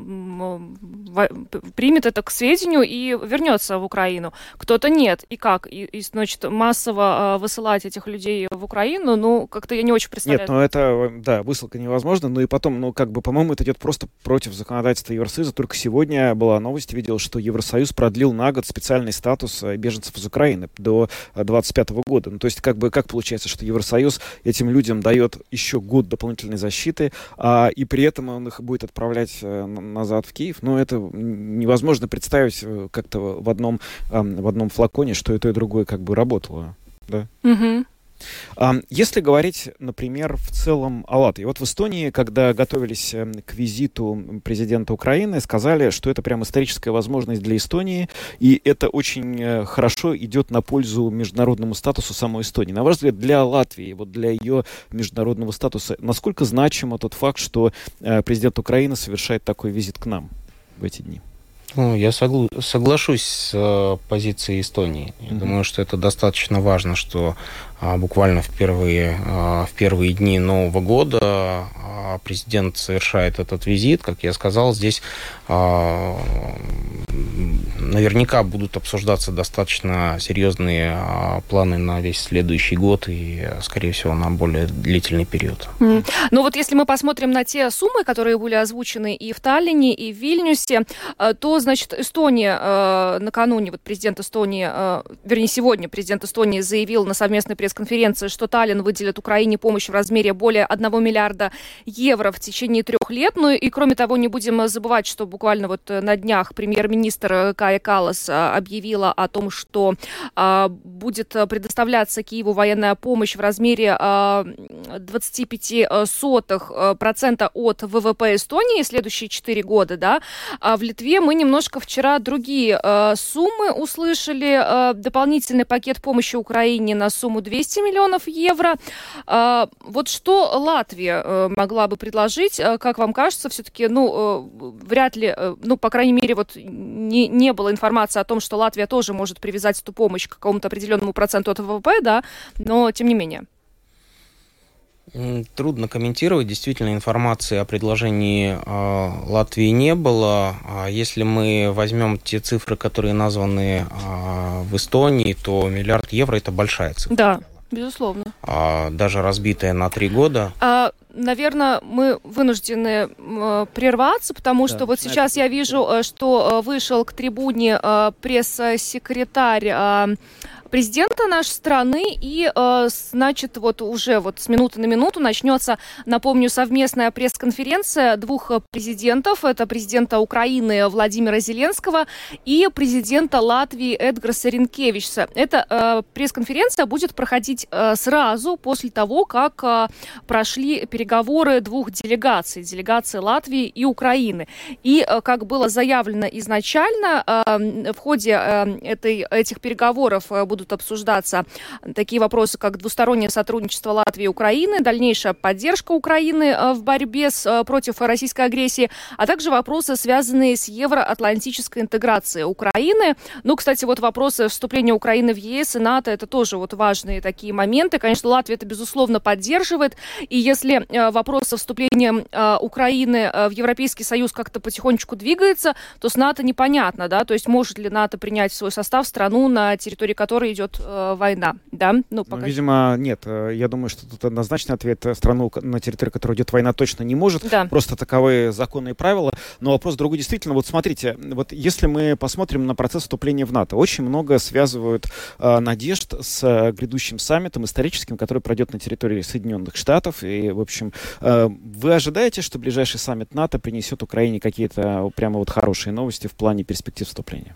Speaker 4: примет это к сведению и вернется в Украину. Кто-то нет. И как? И значит, массово высылать этих людей в Украину, ну, как-то я не очень представляю.
Speaker 5: Нет, ну это, да, высылка невозможна, ну и потом, ну, как бы, по-моему, это идет просто против законодательства Евросоюза. Только сегодня была новость, видел, что Евросоюз продлил на год специальный статус беженцев из Украины до 2025 года. Ну, то есть, как бы, как получается, что Евросоюз этим людям дает еще год дополнительной защиты, и при этом он их будет отправлять назад в Киев. Ну, это невозможно представить как-то в одном флаконе, что и то, и другое как бы работало. Да?
Speaker 4: Угу.
Speaker 5: Если говорить, например, в целом о Латвии. Вот в Эстонии, когда готовились к визиту президента Украины, сказали, что это прям историческая возможность для Эстонии, и это очень хорошо идет на пользу международному статусу самой Эстонии. На ваш взгляд, для Латвии, вот для ее международного статуса, насколько значимо тот факт, что президент Украины совершает такой визит к нам в эти дни?
Speaker 6: Ну, я соглашусь с позицией Эстонии. Я думаю, что это достаточно важно, что буквально в первые дни Нового года президент совершает этот визит. Как я сказал, здесь наверняка будут обсуждаться достаточно серьезные планы на весь следующий год и, скорее всего, на более длительный период.
Speaker 4: Ну вот если мы посмотрим на те суммы, которые были озвучены и в Таллине, и в Вильнюсе, то, значит, Эстония накануне, вот президент Эстонии, вернее, сегодня президент Эстонии заявил на совместной пресс-конференции, что Таллин выделит Украине помощь в размере более 1 миллиарда евро в течение 3 лет. Ну и, кроме того, не будем забывать, что буквально вот на днях премьер-министр Кая Каллас объявила о том, что будет предоставляться Киеву военная помощь в размере 0,25% от ВВП Эстонии следующие 4 года, да. А в Литве мы немножко вчера другие суммы услышали. Дополнительный пакет помощи Украине на сумму 200 миллионов евро. Вот что Латвия могла бы предложить? Как вам кажется, все-таки, вряд ли, по крайней мере, вот не было информации о том, что Латвия тоже может привязать эту помощь к какому-то определенному проценту от ВВП, да, но тем не менее.
Speaker 6: Трудно комментировать. Действительно, информации о предложении Латвии не было. Если мы возьмем те цифры, которые названы в Эстонии, то 1 миллиард евро – это большая цифра.
Speaker 4: Да, безусловно.
Speaker 6: Даже разбитая на 3 года.
Speaker 4: Наверное, мы вынуждены прерваться, потому что вот сейчас я вижу, что вышел к трибуне пресс-секретарь президента нашей страны, и, значит, вот уже вот с минуты на минуту начнется, напомню, совместная пресс-конференция 2 президентов. Это президента Украины Владимира Зеленского и президента Латвии Эдгарса Ринкевичса. Эта пресс-конференция будет проходить сразу после того, как прошли переговоры 2 делегаций, делегации Латвии и Украины. И, как было заявлено изначально, в ходе этих переговоров будут обсуждаться такие вопросы, как двустороннее сотрудничество Латвии и Украины, дальнейшая поддержка Украины в борьбе против российской агрессии, а также вопросы, связанные с евроатлантической интеграцией Украины. Ну, кстати, вот вопросы вступления Украины в ЕС и НАТО, это тоже вот важные такие моменты. Конечно, Латвия это, безусловно, поддерживает. И если вопрос со вступлением Украины в Европейский Союз как-то потихонечку двигается, то с НАТО непонятно, да, то есть может ли НАТО принять в свой состав страну, на территории которой идет война, да?
Speaker 5: Видимо, нет. Я думаю, что тут однозначный ответ: страну, на территории которой идет война, точно не может. Да. Просто таковы законы и правила. Но вопрос другой. Действительно, вот смотрите, вот если мы посмотрим на процесс вступления в НАТО, очень много связывают надежд с грядущим саммитом историческим, который пройдет на территории Соединенных Штатов. И, в общем, вы ожидаете, что ближайший саммит НАТО принесет Украине какие-то прямо вот хорошие новости в плане перспектив вступления?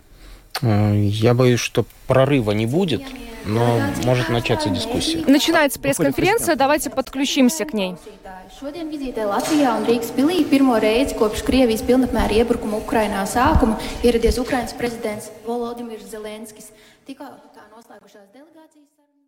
Speaker 6: Я боюсь, что прорыва не будет, но может начаться дискуссия.
Speaker 4: Начинается пресс-конференция, давайте подключимся к ней.
Speaker 7: Šodien vizītē Latvijā un Rīgas pilī pirmo reizi kopš Krievijas pilnapmēra iebrukuma Ukrainā sākuma ieradies Ukrainas prezidents Volodimirs Zelenskis. Tikā kā noslēgušās delegācijas sarunas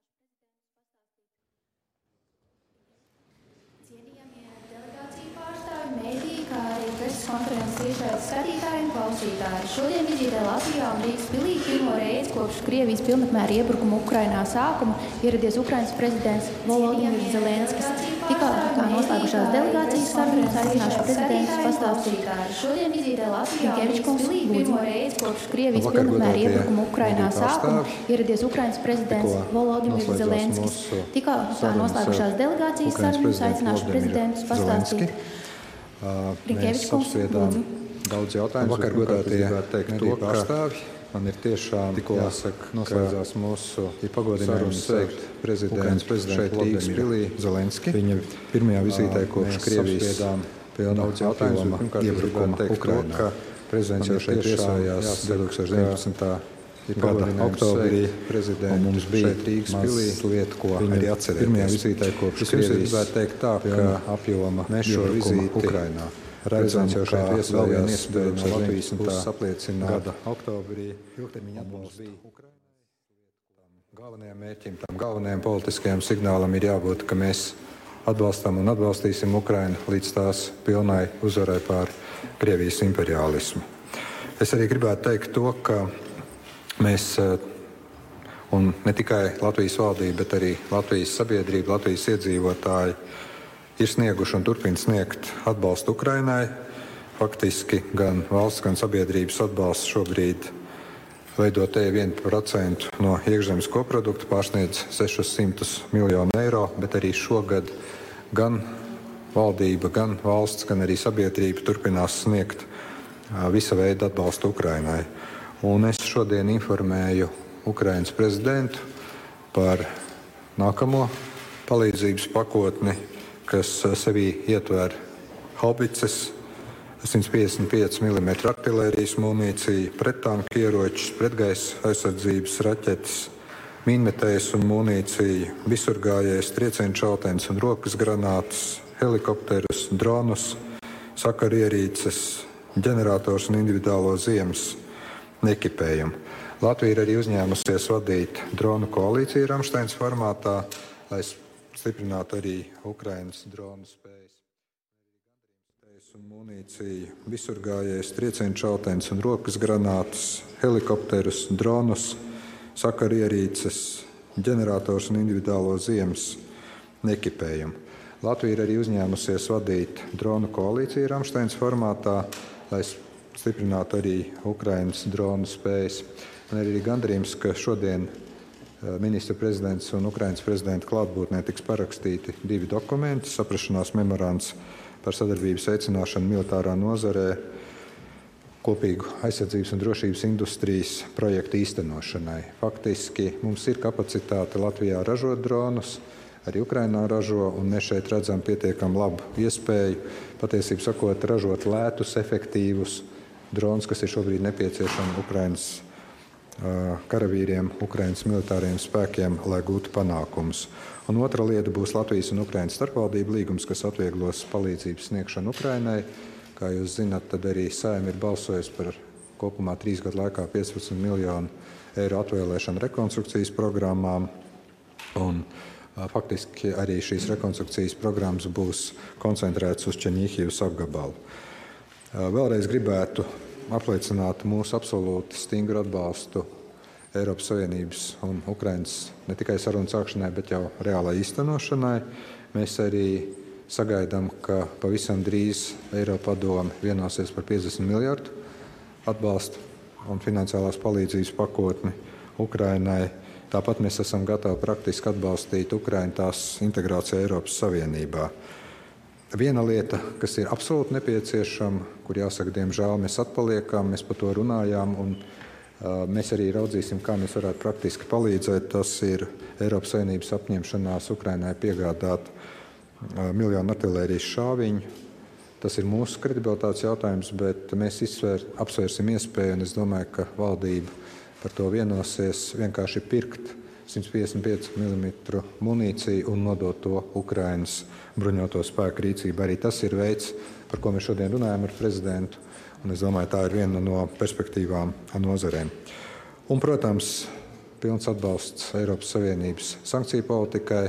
Speaker 7: cienījamie delegāciju pārstāvji, mēdīji, kā arī preses konferences tiešraides skatītāji un klausītāji. Šodien vizītē Latvijā un Rīgas pilī pirmo reizi kopš Krievijas pilnapmēra iebrukuma Ukrainā sākuma ieradies Ukrainas prezidents Volodimirs Zelenskis. Tikā kā noslēgušās delegācijas sarunas aicināšu prezidentus pastāstīt. Šodien vizītē Latvijā un Rīgas pilī pirmo reizi kopš Krievijas pilnapmēra iebrukuma Ukrainā sākuma ieradies Ukrainas prezidents Volodimirs Zelenskis. Tikā kā noslēgušās delegācijas sarunas aicināšu prezidentus pastāstīt.
Speaker 8: Mēs apspriedām daudz jautājumus. Vakar godātie mediju pārstāvji. Man ir tiešām jāsaka, noslēdzās mūsu sarunas sveikt prezidentu šeit Rīgas pilī Zelenski. Viņa pirmajā vizītē kopš Krievijas daudz jautājumus. Pirmkārt, iebrukuma Ukrainā. Prezidents jau šeit viesojās 2019. gada oktobrī prezidents mums bija šeit Rīgas pilī lieta, ko arī atcerēties. Pirmajā vizītē kopš Krievijas gribētu teikt tā, ka apjoma mēs šo vizīti Ukrainā redzam, jau šeit viesojās no Latvijas puses apliecina gada oktobrī ilgtermiņa atbalsts bija Ukrainai. Galvenajiem mērķim, tam galvenajiem politiskajam signālam ir jābūt, ka mēs atbalstam un atbalstīsim Ukrainu līdz tās pilnai uzvarai pār Krievijas imperiālismu. Es arī gribētu teikt to, ka mēs, un ne tikai Latvijas valdība, bet arī Latvijas sabiedrība, Latvijas iedzīvotāji ir snieguši un turpina sniegt atbalstu Ukrainai. Faktiski gan valsts, gan sabiedrības atbalsts šobrīd veido 1% no iekšzemes koprodukta, pārsniedz 600 miljonu eiro, bet arī šogad gan valdība, gan valsts, gan arī sabiedrība turpinās sniegt visa veida atbalstu Ukrainai. Un es šodien informēju Ukrainas prezidentu par nākamo palīdzības pakotni, kas sevī ietver haubicas, 155 mm artilērijas munīciju, prettanku ieročus, pretgaisa aizsardzības raķetes, mīnmetējus un munīciju, visurgājējus, triecienu šauteņus un rokas granātus, helikopterus, dronus, sakarierīces, ģenerators un individuālo ziemas ekipējumu. Latvija ir arī uzņēmusies vadīt dronu koalīciju Ramsteins formātā, lai stiprinātu arī Ukrainas dronu spējas. Un munīciju, visurgājējus, triecienu šauteņus un rokas granātus, helikopterus, dronus, sakarierīces, ģenerators un individuālo ziemas ekipējumu. Latvija ir arī uzņēmusies vadīt dronu koalīciju Ramsteins formātā, lai stiprinātu arī Ukrainas dronu spējas. Man ir arī gandarījums, ka šodien ministra prezidents un Ukrainas prezidenta klātbūtnē tiks parakstīti 2 dokumenti, saprašanās memorands par sadarbības veicināšanu militārā nozarē, kopīgu aizsardzības un drošības industrijas projektu īstenošanai. Faktiski mums ir kapacitāte Latvijā ražot dronus, arī Ukrainā ražo, un mēs šeit redzam pietiekami labu iespēju, patiesībā sakot, ražot lētus, efektīvus dronus, kas ir šobrīd nepieciešami Ukrainas karavīriem, Ukrainas militāriem spēkiem, lai gūtu panākumus. Un otra lieta būs Latvijas un Ukrainas starpvaldību līgums, kas atvieglos palīdzības sniegšanu Ukrainai. Kā jūs zināt, tad arī Saeima ir balsojusi par kopumā 3 gadu laikā 15 miljonu eiro atvēlēšanu rekonstrukcijas programmām. Un faktiski arī šīs rekonstrukcijas programmas būs koncentrētas uz Čerņihivas apgabalu. Vēlreiz gribētu apliecināt mūsu absolūti stingru atbalstu Eiropas Savienības un Ukrainas ne tikai sarunu sākšanai, bet jau reālai īstenošanai. Mēs arī sagaidām, ka pavisam drīz Eiropadome vienosies par 50 miljardu atbalstu un finansiālās palīdzības pakotni Ukrainai. Tāpat mēs esam gatavi praktiski atbalstīt Ukrainu tās integrāciju Eiropas Savienībā. Viena lieta, kas ir absolūti nepieciešama, kur jāsaka, diemžēl mēs atpaliekam, mēs par to runājām, un mēs arī raudzīsim, kā mēs varētu praktiski palīdzēt. Tas ir Eiropas Savienības apņemšanās Ukrainai piegādāt 1 miljonu artilērijas šāviņu. Tas ir mūsu kredibilitātes jautājums, bet mēs apsvērsim iespēju, un es domāju, ka valdība par to vienosies vienkārši pirkt 155 mm munīciju un nodot to Ukrainas bruņoto spēku rīcību. Arī tas ir veids, par ko mēs šodien runājam ar prezidentu, un es domāju, tā ir viena no perspektīvām nozarēm. Un, protams, pilns atbalsts Eiropas Savienības sankciju politikai.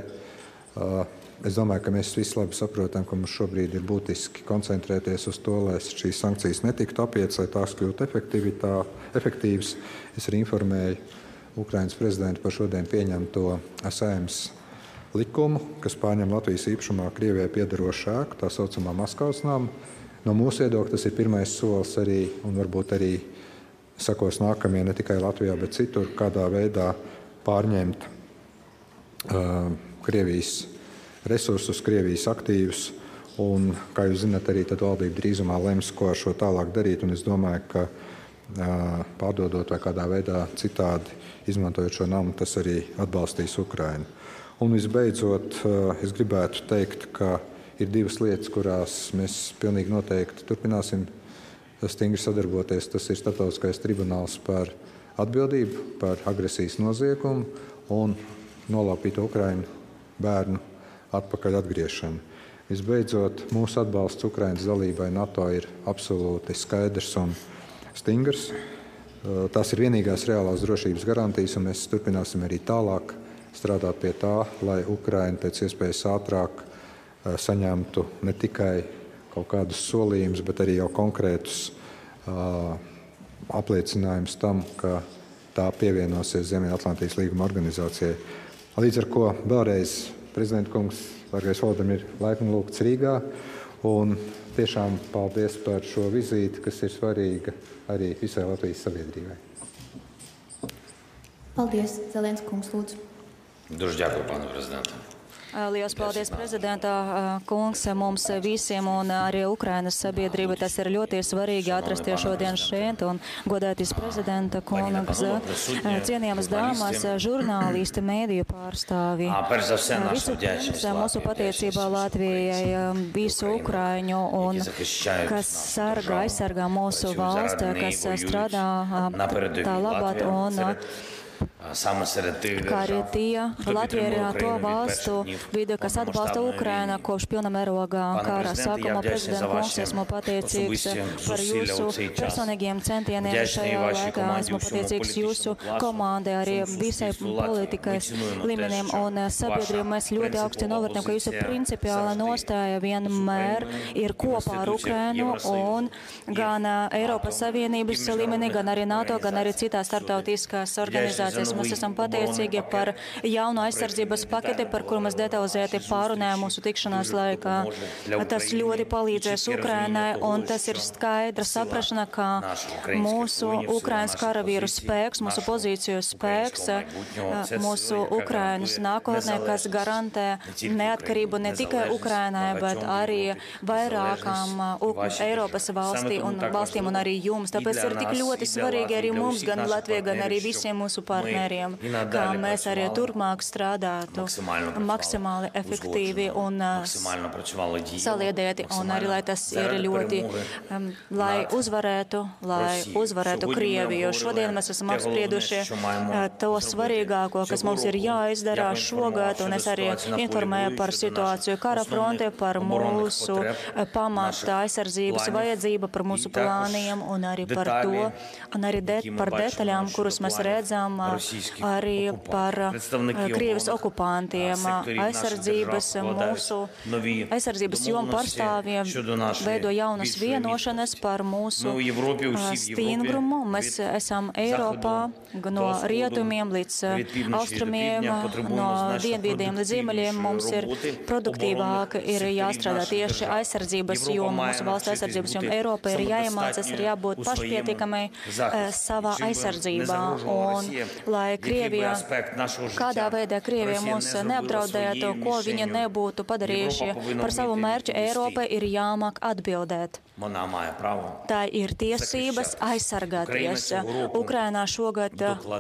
Speaker 8: Es domāju, ka mēs visi labi saprotam, ka mums šobrīd ir būtiski koncentrēties uz to, lai šīs sankcijas netiktu apietas, lai tās kļūtu efektīvas. Es arī informēju Ukrainas prezidentu par šodien pieņemto Saeimas likumu, kas pārņem Latvijas īpašumā Krievijai piederošu ēku, tā saucamā Maskavas nama. No mūsu viedokļa tas ir pirmais solis arī, un varbūt arī sakos nākamie ne tikai Latvijā, bet citur, kādā veidā pārņemt Krievijas resursus, Krievijas aktīvus. Un, kā jūs zināt, arī tad valdība drīzumā lems, ko ar šo tālāk darīt. Un es domāju, ka pārdodot vai kādā veidā citādi izmantojot šo namu, tas arī atbalstīs Ukrainu. Un visbeidzot, es gribētu teikt, ka ir 2 lietas, kurās mēs pilnīgi noteikti turpināsim stingri sadarboties. Tas ir Starptautiskais tribunāls par atbildību par agresijas noziegumu un nolaupīto Ukraiņu bērnu atpakaļ atgriešanu. Visbeidzot, mūsu atbalsts Ukraiņas dalībai NATO ir absolūti skaidrs un stingrs. Tas ir vienīgās reālās drošības garantijas, un mēs turpināsim arī tālāk strādāt pie tā, lai Ukraiņa pēc iespējas ātrāk saņemtu ne tikai kaut kādus solījumus, bet arī jau konkrētus apliecinājumus tam, ka tā pievienosies Ziemeļatlantijas līguma organizācijai. Līdz ar ko vēlreiz prezidenta kungs, dārgais Valdemir, laipni lūgts Rīgā, un tiešām paldies par šo vizīti, kas ir svarīga arī visai Latvijas sabiedrībai.
Speaker 7: Paldies, Zelenska kungs, lūdzu.
Speaker 9: Дуже дякую, пане президенте.
Speaker 10: Lielas paldies, prezidenta kungs, mums visiem un arī Ukrainas sabiedrība. Tas ir ļoti svarīgi atrasties šodien šeit un godēties prezidenta kungs, cienījamas dāmas, žurnālisti, mēdīju pārstāvi. Visu mūsu pateicībā Latvijai, visu Ukraiņu, un kas aizsargā mūsu valsti, kas strādā tā labāk un kā arī tie Latvija ir to valstu vide, kas atbalsta Ukrainu kopš pilna mērogā kara sākuma. Prezidenta kungs, esmu pateicīgs par jūsu personīgiem centieniem šajā laikā. Esmu pateicīgs jūsu komandai, arī visai politikas līmenim un sabiedrību. Mēs ļoti augsti novērtējam, ka jūsu principiāla nostāja vienmēr ir kopā ar Ukrainu un gan Eiropas Savienības līmenī, gan arī NATO, gan arī citās starptautiskās organizācijas. Mēs esam pateicīgi par jaunu aizsardzības paketi, par kuru mēs detalizēti pārunājām mūsu tikšanās laikā. Tas ļoti palīdzēs Ukrainai, un tas ir skaidra saprašana, ka mūsu Ukrainas karavīru spēks, mūsu pozīciju spēks, mūsu Ukrainas nākotnē, kas garantē neatkarību ne tikai Ukrainai, bet arī vairākām Eiropas valstīm un arī jums. Tāpēc ir tik ļoti svarīgi arī mums, gan Latvijai, gan arī visiem mūsu partneriem, kā mēs arī turpmāk strādātu maksimāli efektīvi un saliedēti, un arī, lai tas ir ļoti, lai uzvarētu Krieviju. Šodien mēs esam apsprieduši to svarīgāko, kas mums ir jāizdara šogad, un es arī informēju par situāciju kara fronte, par mūsu pamata aizsardzības vajadzību, par mūsu plāniem, un arī par to, un arī par detaļām, kurus mēs redzam, arī par Krievijas okupantiem. Aizsardzības jomu pārstāvjiem veido jaunas vienošanas par mūsu stingrumu. Mēs esam Eiropā no rietumiem līdz austrumiem, no dienvidiem līdz ziemeļiem. Mums ir produktīvāk ir jāstrādā tieši aizsardzības jomu, mūsu valsts aizsardzības jomu. Eiropa ir jāiemācas, ir jābūt pašpietiekamai savā aizsardzībā. Un lai Krievija, kādā veidā Krievija mūs neapdraudētu, ko viņi nebūtu padarījuši par savu mērķi, Eiropai ir jāmāk atbildēt. Tā ir tiesības aizsargāties. Ukrainā šogad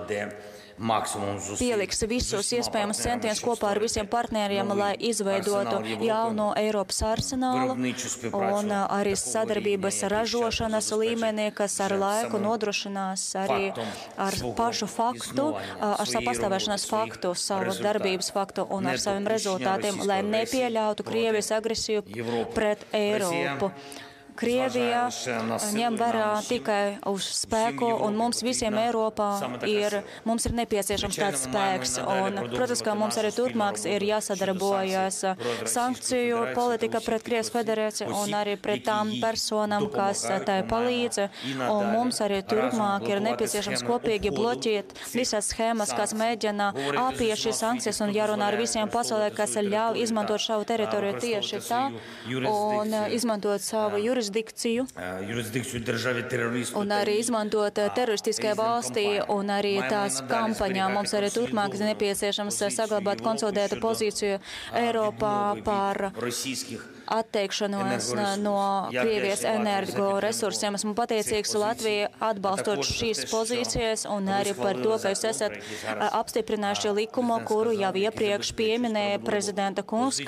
Speaker 10: pieliks visus iespējamos centienus kopā ar visiem partneriem, lai izveidotu jaunu Eiropas arsenālu un arī sadarbības ražošanas līmenī, kas ar laiku nodrošinās arī ar pašu faktu, ar savu pastāvēšanas faktu, savu darbības faktu un ar saviem rezultātiem, lai nepieļautu Krievijas agresiju pret Eiropu. Krievija ņem vērā tikai uz spēku, un mums visiem Eiropā mums ir nepieciešams tāds spēks. Un, protams, ka mums arī turpmāks ir jāsadarbojas sankciju politika pret Krievijas federāciju un arī pret tām personām, kas tai palīdz. Un mums arī turpmāk ir nepieciešams kopīgi bloķēt visas schēmas, kas mēģina apiet šīs sankcijas un jārunā ar visiem pasaulē, kas ļauj izmantot savu teritoriju tieši tā un izmantot savu jurisdikciju un arī izmantot teroristiskai valstī un arī tās kampaņā. Mums arī turpmāk ir nepieciešams saglabāt konsolidētu pozīciju Eiropā par atteikšanos no Krievijas energoresursiem. Esmu pateicīgs Latvijai atbalstot šīs pozīcijas un arī par to, ka jūs esat apstiprinājuši likumu, kuru jau iepriekš pieminēja prezidenta kungs,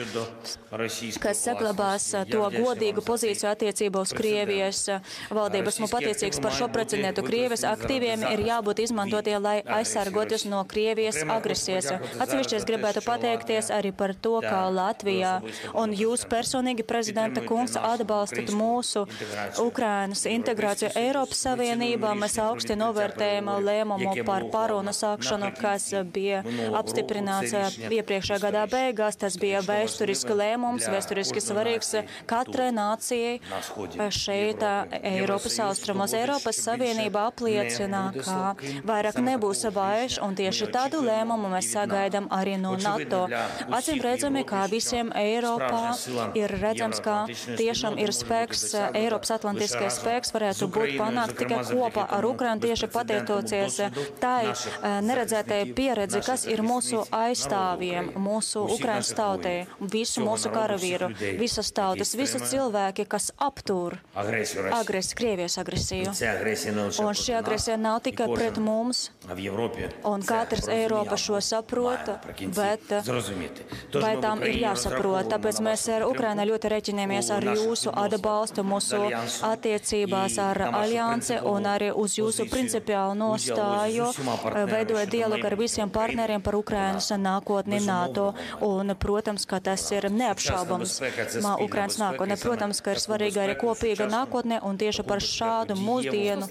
Speaker 10: kas saglabās to godīgu pozīciju attiecībā uz Krievijas valdību. Esmu pateicīgs par šo precedentu. Krievijas aktīviem ir jābūt izmantotie, lai aizsargoties no Krievijas agresijas. Atsevišķi es gribētu pateikties arī par to, ka Latvijā un jūs personīgi, prezidenta kungs, atbalstat mūsu Ukrainas integrāciju Eiropas Savienībā. Mēs augsti novērtējam lēmumu par pārunu sākšanu, kas bija apstiprināts iepriekšējā gadā beigās. Tas bija vēsturiski lēmums, vēsturiski svarīgs katrai nācijai šeit Eiropas austrumos. Eiropas Savienība apliecina, ka vairāk nebūs vairs, un tieši tādu lēmumu mēs sagaidām arī no NATO. Acīm redzami, kā visiem Eiropā ir redzams, ka tiešām ir spēks, Eiropas atlantiskais spēks varētu būt panākt tikai kopā ar Ukrainu, tieši pateicoties tai neredzētai pieredzi, kas ir mūsu aizstāvjiem, mūsu Ukrainas tautai, visu mūsu karavīru, visas tautas, visi cilvēki, kas aptur Krievijas agresiju. Un šī agresija nav tikai pret mums, un katrs Eiropa šo saprota, bet vai tām ir jāsaprot. Tāpēc mēs ar Ukrainu ļoti reķinamies ar jūsu atbalstu mūsu attiecībās ar aliansi un arī uz jūsu principiālu nostāju, veidojot dialogu ar visiem partneriem par Ukrainas nākotni NATO. Un, protams, ka tas ir neapšaubams Ukrainas nākotne. Protams, ka ir svarīga arī kopīga nākotne, un tieši par šādu mūsdienu.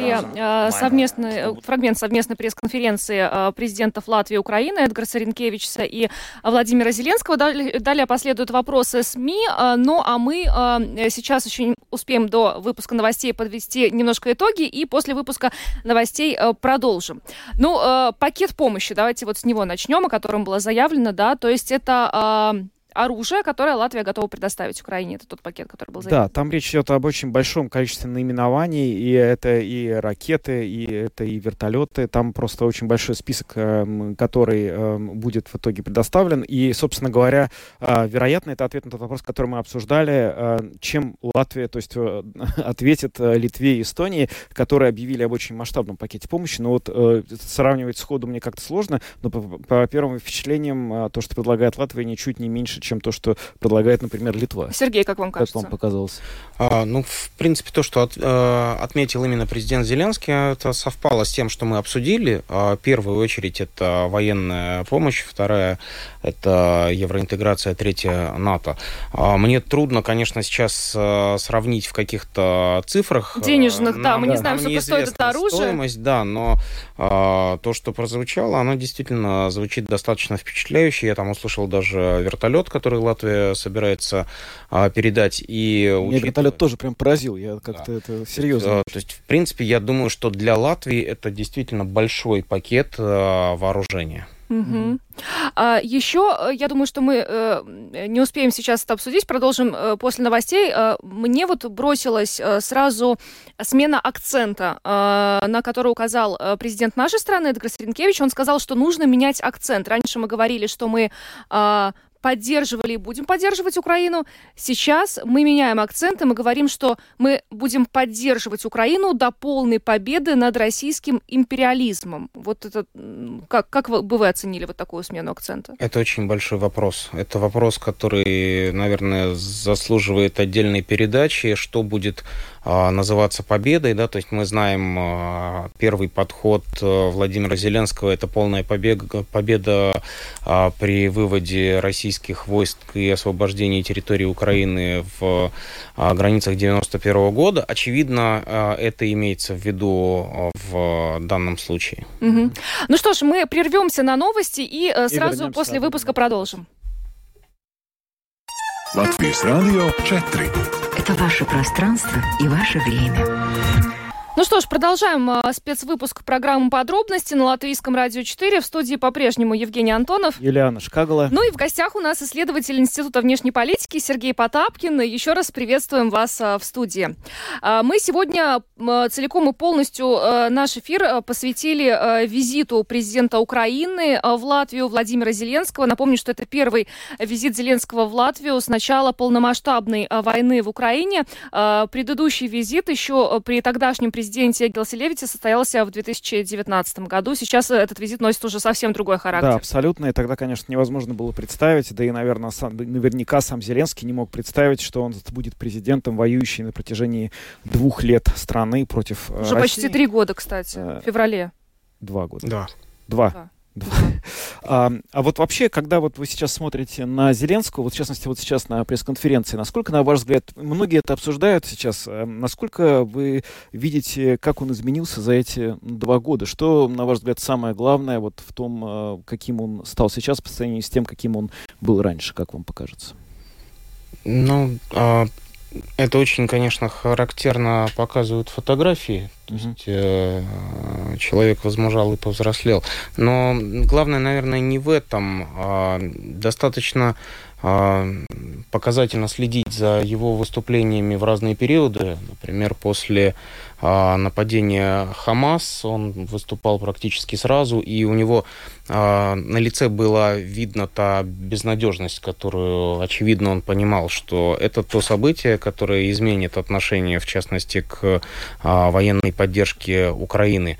Speaker 4: Фрагмент совместной пресс-конференции президентов Латвии и Украины Эдгарса Ринкевича и Владимира Зеленского. Далее последуют вопросы СМИ. Ну, а мы сейчас еще успеем до выпуска новостей подвести немножко итоги, и после выпуска новостей продолжим. Ну, пакет помощи, давайте вот с него начнем, о котором было заявлено, да, то есть это оружие, которое Латвия готова предоставить Украине. Это тот пакет, который был заявлен.
Speaker 5: Да, там речь идет об очень большом количестве наименований, и это и ракеты, и это и вертолеты. Там просто очень большой список, который будет в итоге предоставлен. И, собственно говоря, вероятно, это ответ на тот вопрос, который мы обсуждали, чем Латвия, то есть ответит Литве и Эстонии, которые объявили об очень масштабном пакете помощи. Но вот сравнивать сходу мне как-то сложно, но по первым впечатлениям то, что предлагает Латвия, ничуть не меньше, чем то, что предлагает, например, Литва.
Speaker 4: Сергей, как вам кажется?
Speaker 5: Как вам показалось?
Speaker 6: В принципе, то, что отметил именно президент Зеленский, это совпало с тем, что мы обсудили. В первую очередь это военная помощь, вторая это евроинтеграция, третья НАТО. Мне трудно, конечно, сейчас сравнить в каких-то цифрах.
Speaker 4: Денежных, да, мы не знаем, сколько стоит это оружие.
Speaker 6: Стоимость, да, но то, что прозвучало, оно действительно звучит достаточно впечатляюще. Я там услышал даже вертолет, который Латвия собирается передать. И
Speaker 5: меня вертолет тоже прям поразил, я как-то это серьезно.
Speaker 6: То есть, в принципе, я думаю, что для Латвии это действительно большой пакет вооружения.
Speaker 4: Угу. Еще, я думаю, что мы не успеем сейчас это обсудить, продолжим после новостей. Мне вот бросилась сразу смена акцента, на которую указал президент нашей страны Эдгарс Ринкевич. Он сказал, что нужно менять акцент. Раньше мы говорили, что мы поддерживали и будем поддерживать Украину. Сейчас мы меняем акцент, и мы говорим, что мы будем поддерживать Украину до полной победы над российским империализмом. Вот это как бы вы оценили вот такую смену акцента?
Speaker 6: Это очень большой вопрос. Это вопрос, который, наверное, заслуживает отдельной передачи. Что будет называться победой, да? То есть мы знаем первый подход Владимира Зеленского, это полная победа при выводе российских войск и освобождении территории Украины в границах 1991 года. Очевидно, это имеется в виду в данном случае.
Speaker 4: Угу. Ну что ж, мы прервемся на новости и сразу после выпуска продолжим.
Speaker 3: Латвийс радио 4.
Speaker 2: Это ваше пространство и ваше время.
Speaker 4: Ну что ж, продолжаем спецвыпуск программы «Подробности» на Латвийском радио 4. В студии по-прежнему Евгений Антонов.
Speaker 5: Юлиана Шкагала.
Speaker 4: Ну и в гостях у нас исследователь Института внешней политики Сергей Потапкин. Еще раз приветствуем вас в студии. Мы сегодня целиком и полностью наш эфир посвятили визиту президента Украины в Латвию Владимира Зеленского. Напомню, что это первый визит Зеленского в Латвию с начала полномасштабной войны в Украине. Предыдущий визит еще при тогдашнем президенте Эгиле Силевице состоялся в 2019 году. Сейчас этот визит носит уже совсем другой характер.
Speaker 5: Да, абсолютно. И тогда, конечно, невозможно было представить, да и, наверное, наверняка сам Зеленский не мог представить, что он будет президентом, воюющий на протяжении 2 лет страны против
Speaker 4: уже
Speaker 5: России.
Speaker 4: Почти 3 года, кстати, в феврале.
Speaker 5: 2 года.
Speaker 6: Да.
Speaker 5: 2. А вот вообще, когда вот вы сейчас смотрите на Зеленского, вот в частности вот сейчас на пресс-конференции, насколько, на ваш взгляд, многие это обсуждают сейчас, насколько вы видите, как он изменился за эти 2 года? Что, на ваш взгляд, самое главное вот в том, каким он стал сейчас по сравнению с тем, каким он был раньше, как вам покажется?
Speaker 6: Ну, это очень, конечно, характерно показывают фотографии. То есть человек возмужал и повзрослел. Но главное, наверное, не в этом. Достаточно показательно следить за его выступлениями в разные периоды. Например, после нападения Хамас он выступал практически сразу, и у него на лице была видна та безнадежность, которую, очевидно, он понимал, что это то событие, которое изменит отношение, в частности, к военной поддержке Украины.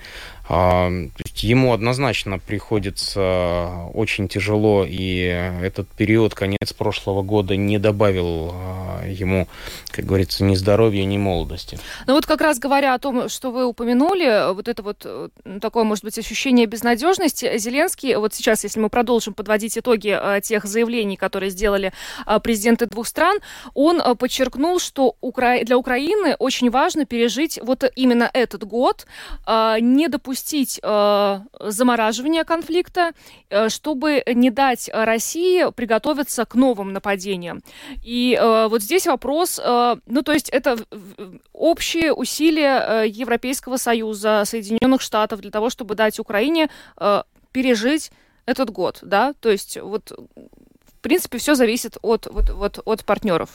Speaker 6: Ему однозначно приходится очень тяжело, и этот период, конец прошлого года, не добавил ему, как говорится, ни здоровья, ни молодости.
Speaker 4: Ну вот как раз говоря о том, что вы упомянули, вот это вот такое, может быть, ощущение безнадежности, Зеленский, вот сейчас, если мы продолжим подводить итоги тех заявлений, которые сделали президенты 2 стран, он подчеркнул, что для Украины очень важно пережить вот именно этот год, не допустить замораживания конфликта, чтобы не дать России приготовиться к новым нападениям. И вот здесь вопрос, ну то есть это общие усилия Европейского Союза, Соединенных Штатов для того, чтобы дать Украине пережить этот год, да? То есть вот в принципе все зависит от партнеров.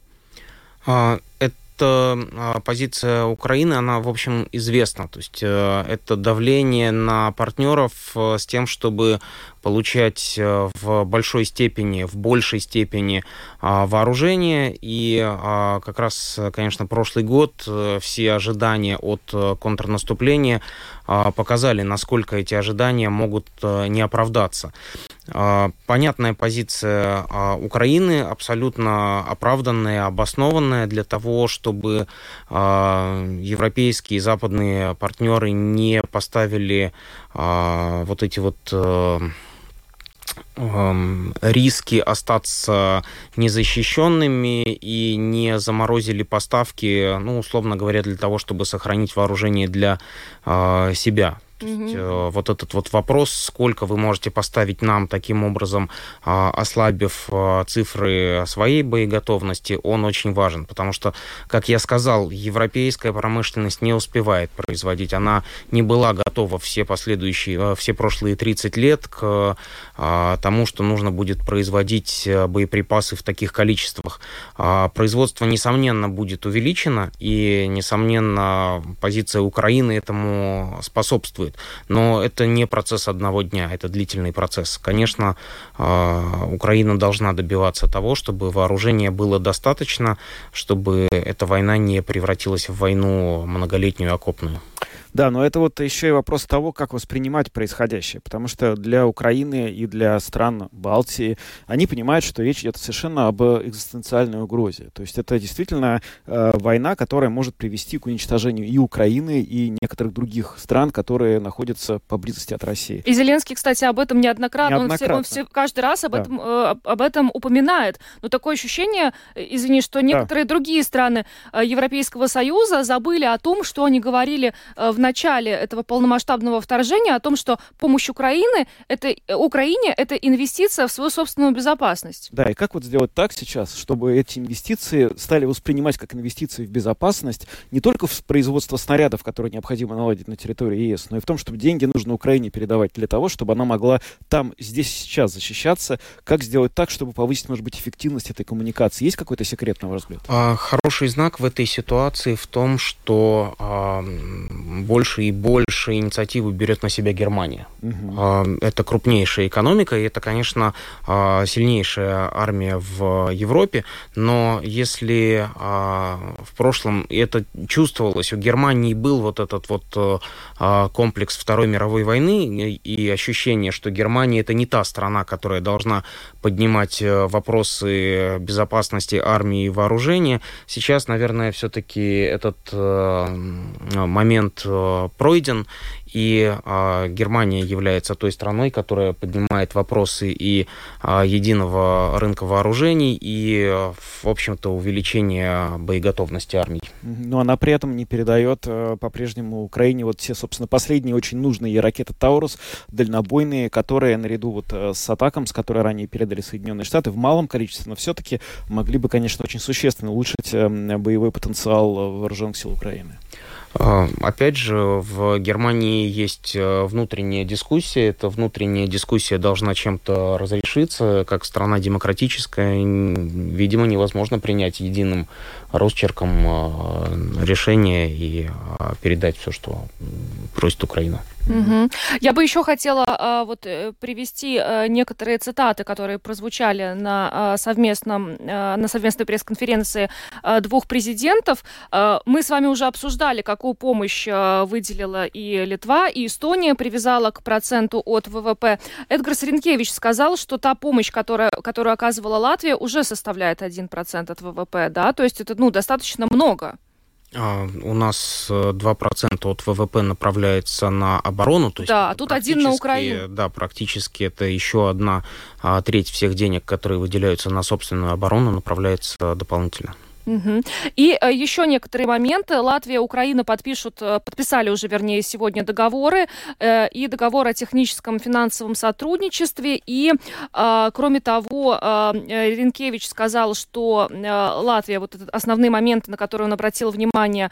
Speaker 6: Эта позиция Украины, она, в общем, известна. То есть это давление на партнеров с тем, чтобы получать в большей степени вооружение. И как раз, конечно, прошлый год все ожидания от контрнаступления показали, насколько эти ожидания могут не оправдаться. Понятная позиция Украины, абсолютно оправданная, обоснованная для того, чтобы европейские и западные партнеры не поставили вот эти вот риски остаться незащищенными и не заморозили поставки, ну, условно говоря, для того, чтобы сохранить вооружение для себя. То есть вот этот вот вопрос, сколько вы можете поставить нам, таким образом ослабив цифры своей боеготовности, он очень важен. Потому что, как я сказал, европейская промышленность не успевает производить. Она не была готова все прошлые 30 лет к тому, что нужно будет производить боеприпасы в таких количествах. Производство, несомненно, будет увеличено, и, несомненно, позиция Украины этому способствует. Но это не процесс одного дня, это длительный процесс. Конечно, Украина должна добиваться того, чтобы вооружения было достаточно, чтобы эта война не превратилась в войну многолетнюю, окопную.
Speaker 5: Да, но это вот еще и вопрос того, как воспринимать происходящее, потому что для Украины и для стран Балтии они понимают, что речь идет совершенно об экзистенциальной угрозе. То есть это действительно война, которая может привести к уничтожению и Украины, и некоторых других стран, которые находятся поблизости от России.
Speaker 4: И Зеленский, кстати, об этом неоднократно. Он каждый раз об этом упоминает. Но такое ощущение, извини, что некоторые другие страны Европейского Союза забыли о том, что они говорили в начале этого полномасштабного вторжения о том, что помощь Украине это инвестиция в свою собственную безопасность.
Speaker 5: Да, и как вот сделать так сейчас, чтобы эти инвестиции стали воспринимать как инвестиции в безопасность не только в производство снарядов, которые необходимо наладить на территории ЕС, но и в том, чтобы деньги нужно Украине передавать для того, чтобы она могла там, здесь, сейчас защищаться. Как сделать так, чтобы повысить, может быть, эффективность этой коммуникации? Есть какой-то секрет, на ваш взгляд?
Speaker 6: Хороший знак в этой ситуации в том, что больше и больше инициативу берет на себя Германия. Это крупнейшая экономика, и это, конечно, сильнейшая армия в Европе, но если в прошлом это чувствовалось, у Германии был вот этот вот комплекс Второй мировой войны и ощущение, что Германия это не та страна, которая должна поднимать вопросы безопасности армии и вооружения. Сейчас, наверное, все-таки этот момент пройден, и Германия является той страной, которая поднимает вопросы и единого рынка вооружений, и, в общем-то, увеличения боеготовности армии.
Speaker 5: Но она при этом не передает по-прежнему Украине вот все, собственно, последние очень нужные ракеты «Таурус», дальнобойные, которые наряду вот с «Атаком», с которой ранее передали Соединенные Штаты, в малом количестве, но все-таки могли бы, конечно, очень существенно улучшить боевой потенциал вооруженных сил Украины.
Speaker 6: Опять же, в Германии есть внутренняя дискуссия. Эта внутренняя дискуссия должна чем-то разрешиться. Как страна демократическая, видимо, невозможно принять единым росчерком решение и передать все, что просит Украина.
Speaker 4: Угу. Я бы еще хотела привести некоторые цитаты, которые прозвучали на совместной пресс-конференции двух президентов. Мы с вами уже обсуждали, какую помощь выделила и Литва, и Эстония, привязала к проценту от ВВП. Эдгарс Ринкевич сказал, что та помощь, которую оказывала Латвия, уже составляет 1% от ВВП, да, то есть это достаточно много.
Speaker 6: У нас 2% от ВВП направляется на оборону. То есть
Speaker 4: да, а тут 1% на Украину.
Speaker 6: Да, практически это еще 1/3 всех денег, которые выделяются на собственную оборону, направляется дополнительно.
Speaker 4: Угу. И еще некоторые моменты. Латвия и Украина подписали уже, сегодня договоры, и договор о техническом финансовом сотрудничестве. И, кроме того, Ринкевич сказал, что Латвия, вот этот основные моменты, на которые он обратил внимание,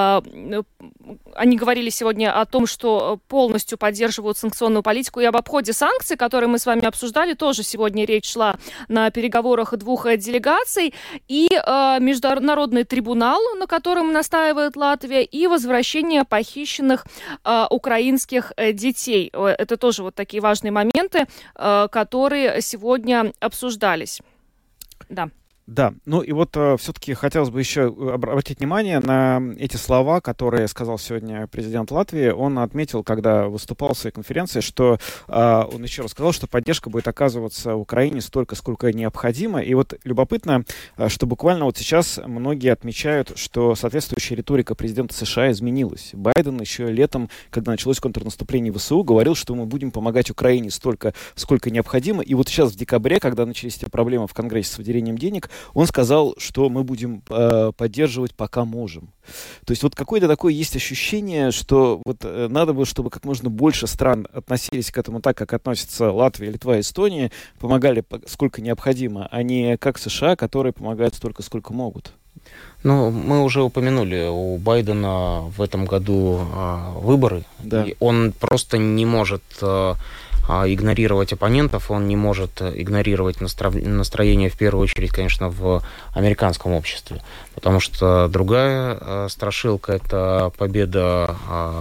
Speaker 4: они говорили сегодня о том, что полностью поддерживают санкционную политику, и об обходе санкций, которые мы с вами обсуждали, тоже сегодня речь шла на переговорах двух делегаций. И Международный трибунал, на котором настаивает Латвия, и возвращение похищенных украинских детей. Это тоже вот такие важные моменты, которые сегодня обсуждались. Да.
Speaker 5: Да, ну и вот все-таки хотелось бы еще обратить внимание на эти слова, которые сказал сегодня президент Латвии. Он отметил, когда выступал в своей конференции, что он еще раз сказал, что поддержка будет оказываться Украине столько, сколько необходимо. И вот любопытно, что буквально вот сейчас многие отмечают, что соответствующая риторика президента США изменилась. Байден еще летом, когда началось контрнаступление ВСУ, говорил, что мы будем помогать Украине столько, сколько необходимо. И вот сейчас в декабре, когда начались эти проблемы в Конгрессе с выделением денег, он сказал, что мы будем поддерживать, пока можем. То есть вот какое-то такое есть ощущение, что вот надо бы, чтобы как можно больше стран относились к этому так, как относятся Латвия, Литва, Эстония, помогали сколько необходимо, а не как США, которые помогают столько, сколько могут.
Speaker 6: Ну, мы уже упомянули, у Байдена в этом году выборы, да. И он просто не может игнорировать оппонентов, он не может игнорировать настроение, в первую очередь, конечно, в американском обществе. Потому что другая страшилка – это победа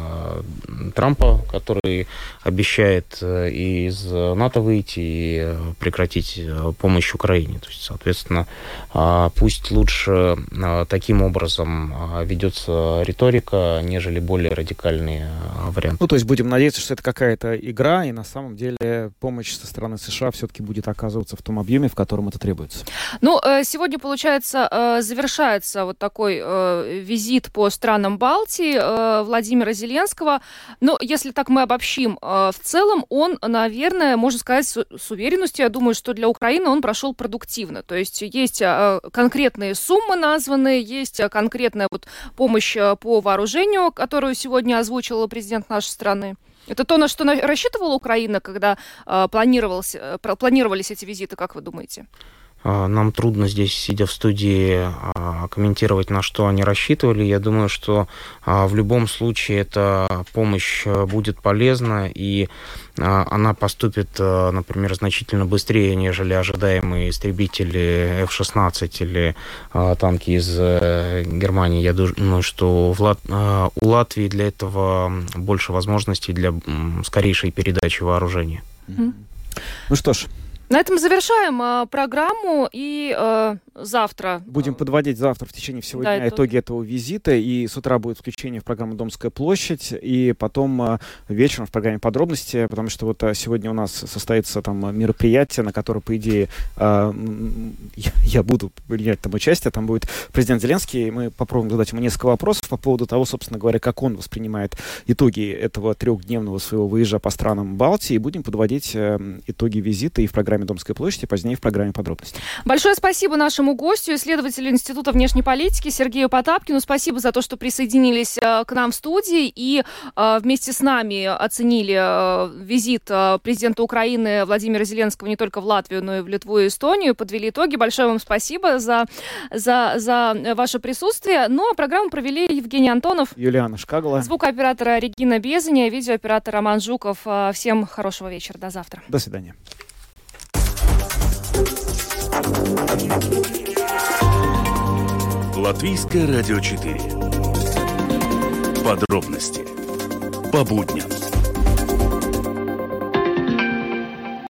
Speaker 6: Трампа, который обещает и из НАТО выйти, и прекратить помощь Украине. То есть, соответственно, пусть лучше таким образом ведется риторика, нежели более радикальные варианты.
Speaker 5: Ну, то есть будем надеяться, что это какая-то игра, и на самом деле помощь со стороны США все-таки будет оказываться в том объеме, в котором это требуется?
Speaker 4: Ну, сегодня, получается, завершается вот такой визит по странам Балтии Владимира Зеленского. Но если так мы обобщим, в целом он, наверное, можно сказать с уверенностью, я думаю, что для Украины он прошел продуктивно. То есть есть конкретные суммы названные, есть конкретная вот помощь по вооружению, которую сегодня озвучил президент нашей страны. Это то, на что рассчитывала Украина, когда планировались эти визиты, как вы думаете?
Speaker 6: Нам трудно здесь, сидя в студии, комментировать, на что они рассчитывали. Я думаю, что в любом случае эта помощь будет полезна, и она поступит, например, значительно быстрее, нежели ожидаемые истребители F-16 или танки из Германии. Я думаю, что у Латвии для этого больше возможностей для скорейшей передачи вооружения.
Speaker 5: Ну что ж.
Speaker 4: На этом завершаем программу, и завтра...
Speaker 5: Будем подводить завтра в течение всего дня итоги этого визита, и с утра будет включение в программу «Домская площадь», и потом вечером в программе «Подробности», потому что вот сегодня у нас состоится там мероприятие, на которое, по идее, я буду принять там участие, там будет президент Зеленский, и мы попробуем задать ему несколько вопросов по поводу того, собственно говоря, как он воспринимает итоги этого 3-дневного своего выезда по странам Балтии, и будем подводить итоги визита и в программе «Домская площадь», и позднее в программе «Подробности».
Speaker 4: Большое спасибо нашему гостю, исследователю Института внешней политики Сергею Потапкину. Спасибо за то, что присоединились к нам в студии и вместе с нами оценили визит президента Украины Владимира Зеленского не только в Латвию, но и в Литву и Эстонию. Подвели итоги. Большое вам спасибо за ваше присутствие. Ну, а программу провели Евгений Антонов,
Speaker 5: Юлиана Шкагала,
Speaker 4: звукооператора Регина Безаня, видеооператор Роман Жуков. Всем хорошего вечера. До завтра.
Speaker 5: До свидания.
Speaker 3: Латвийское радио 4. Подробности по будням.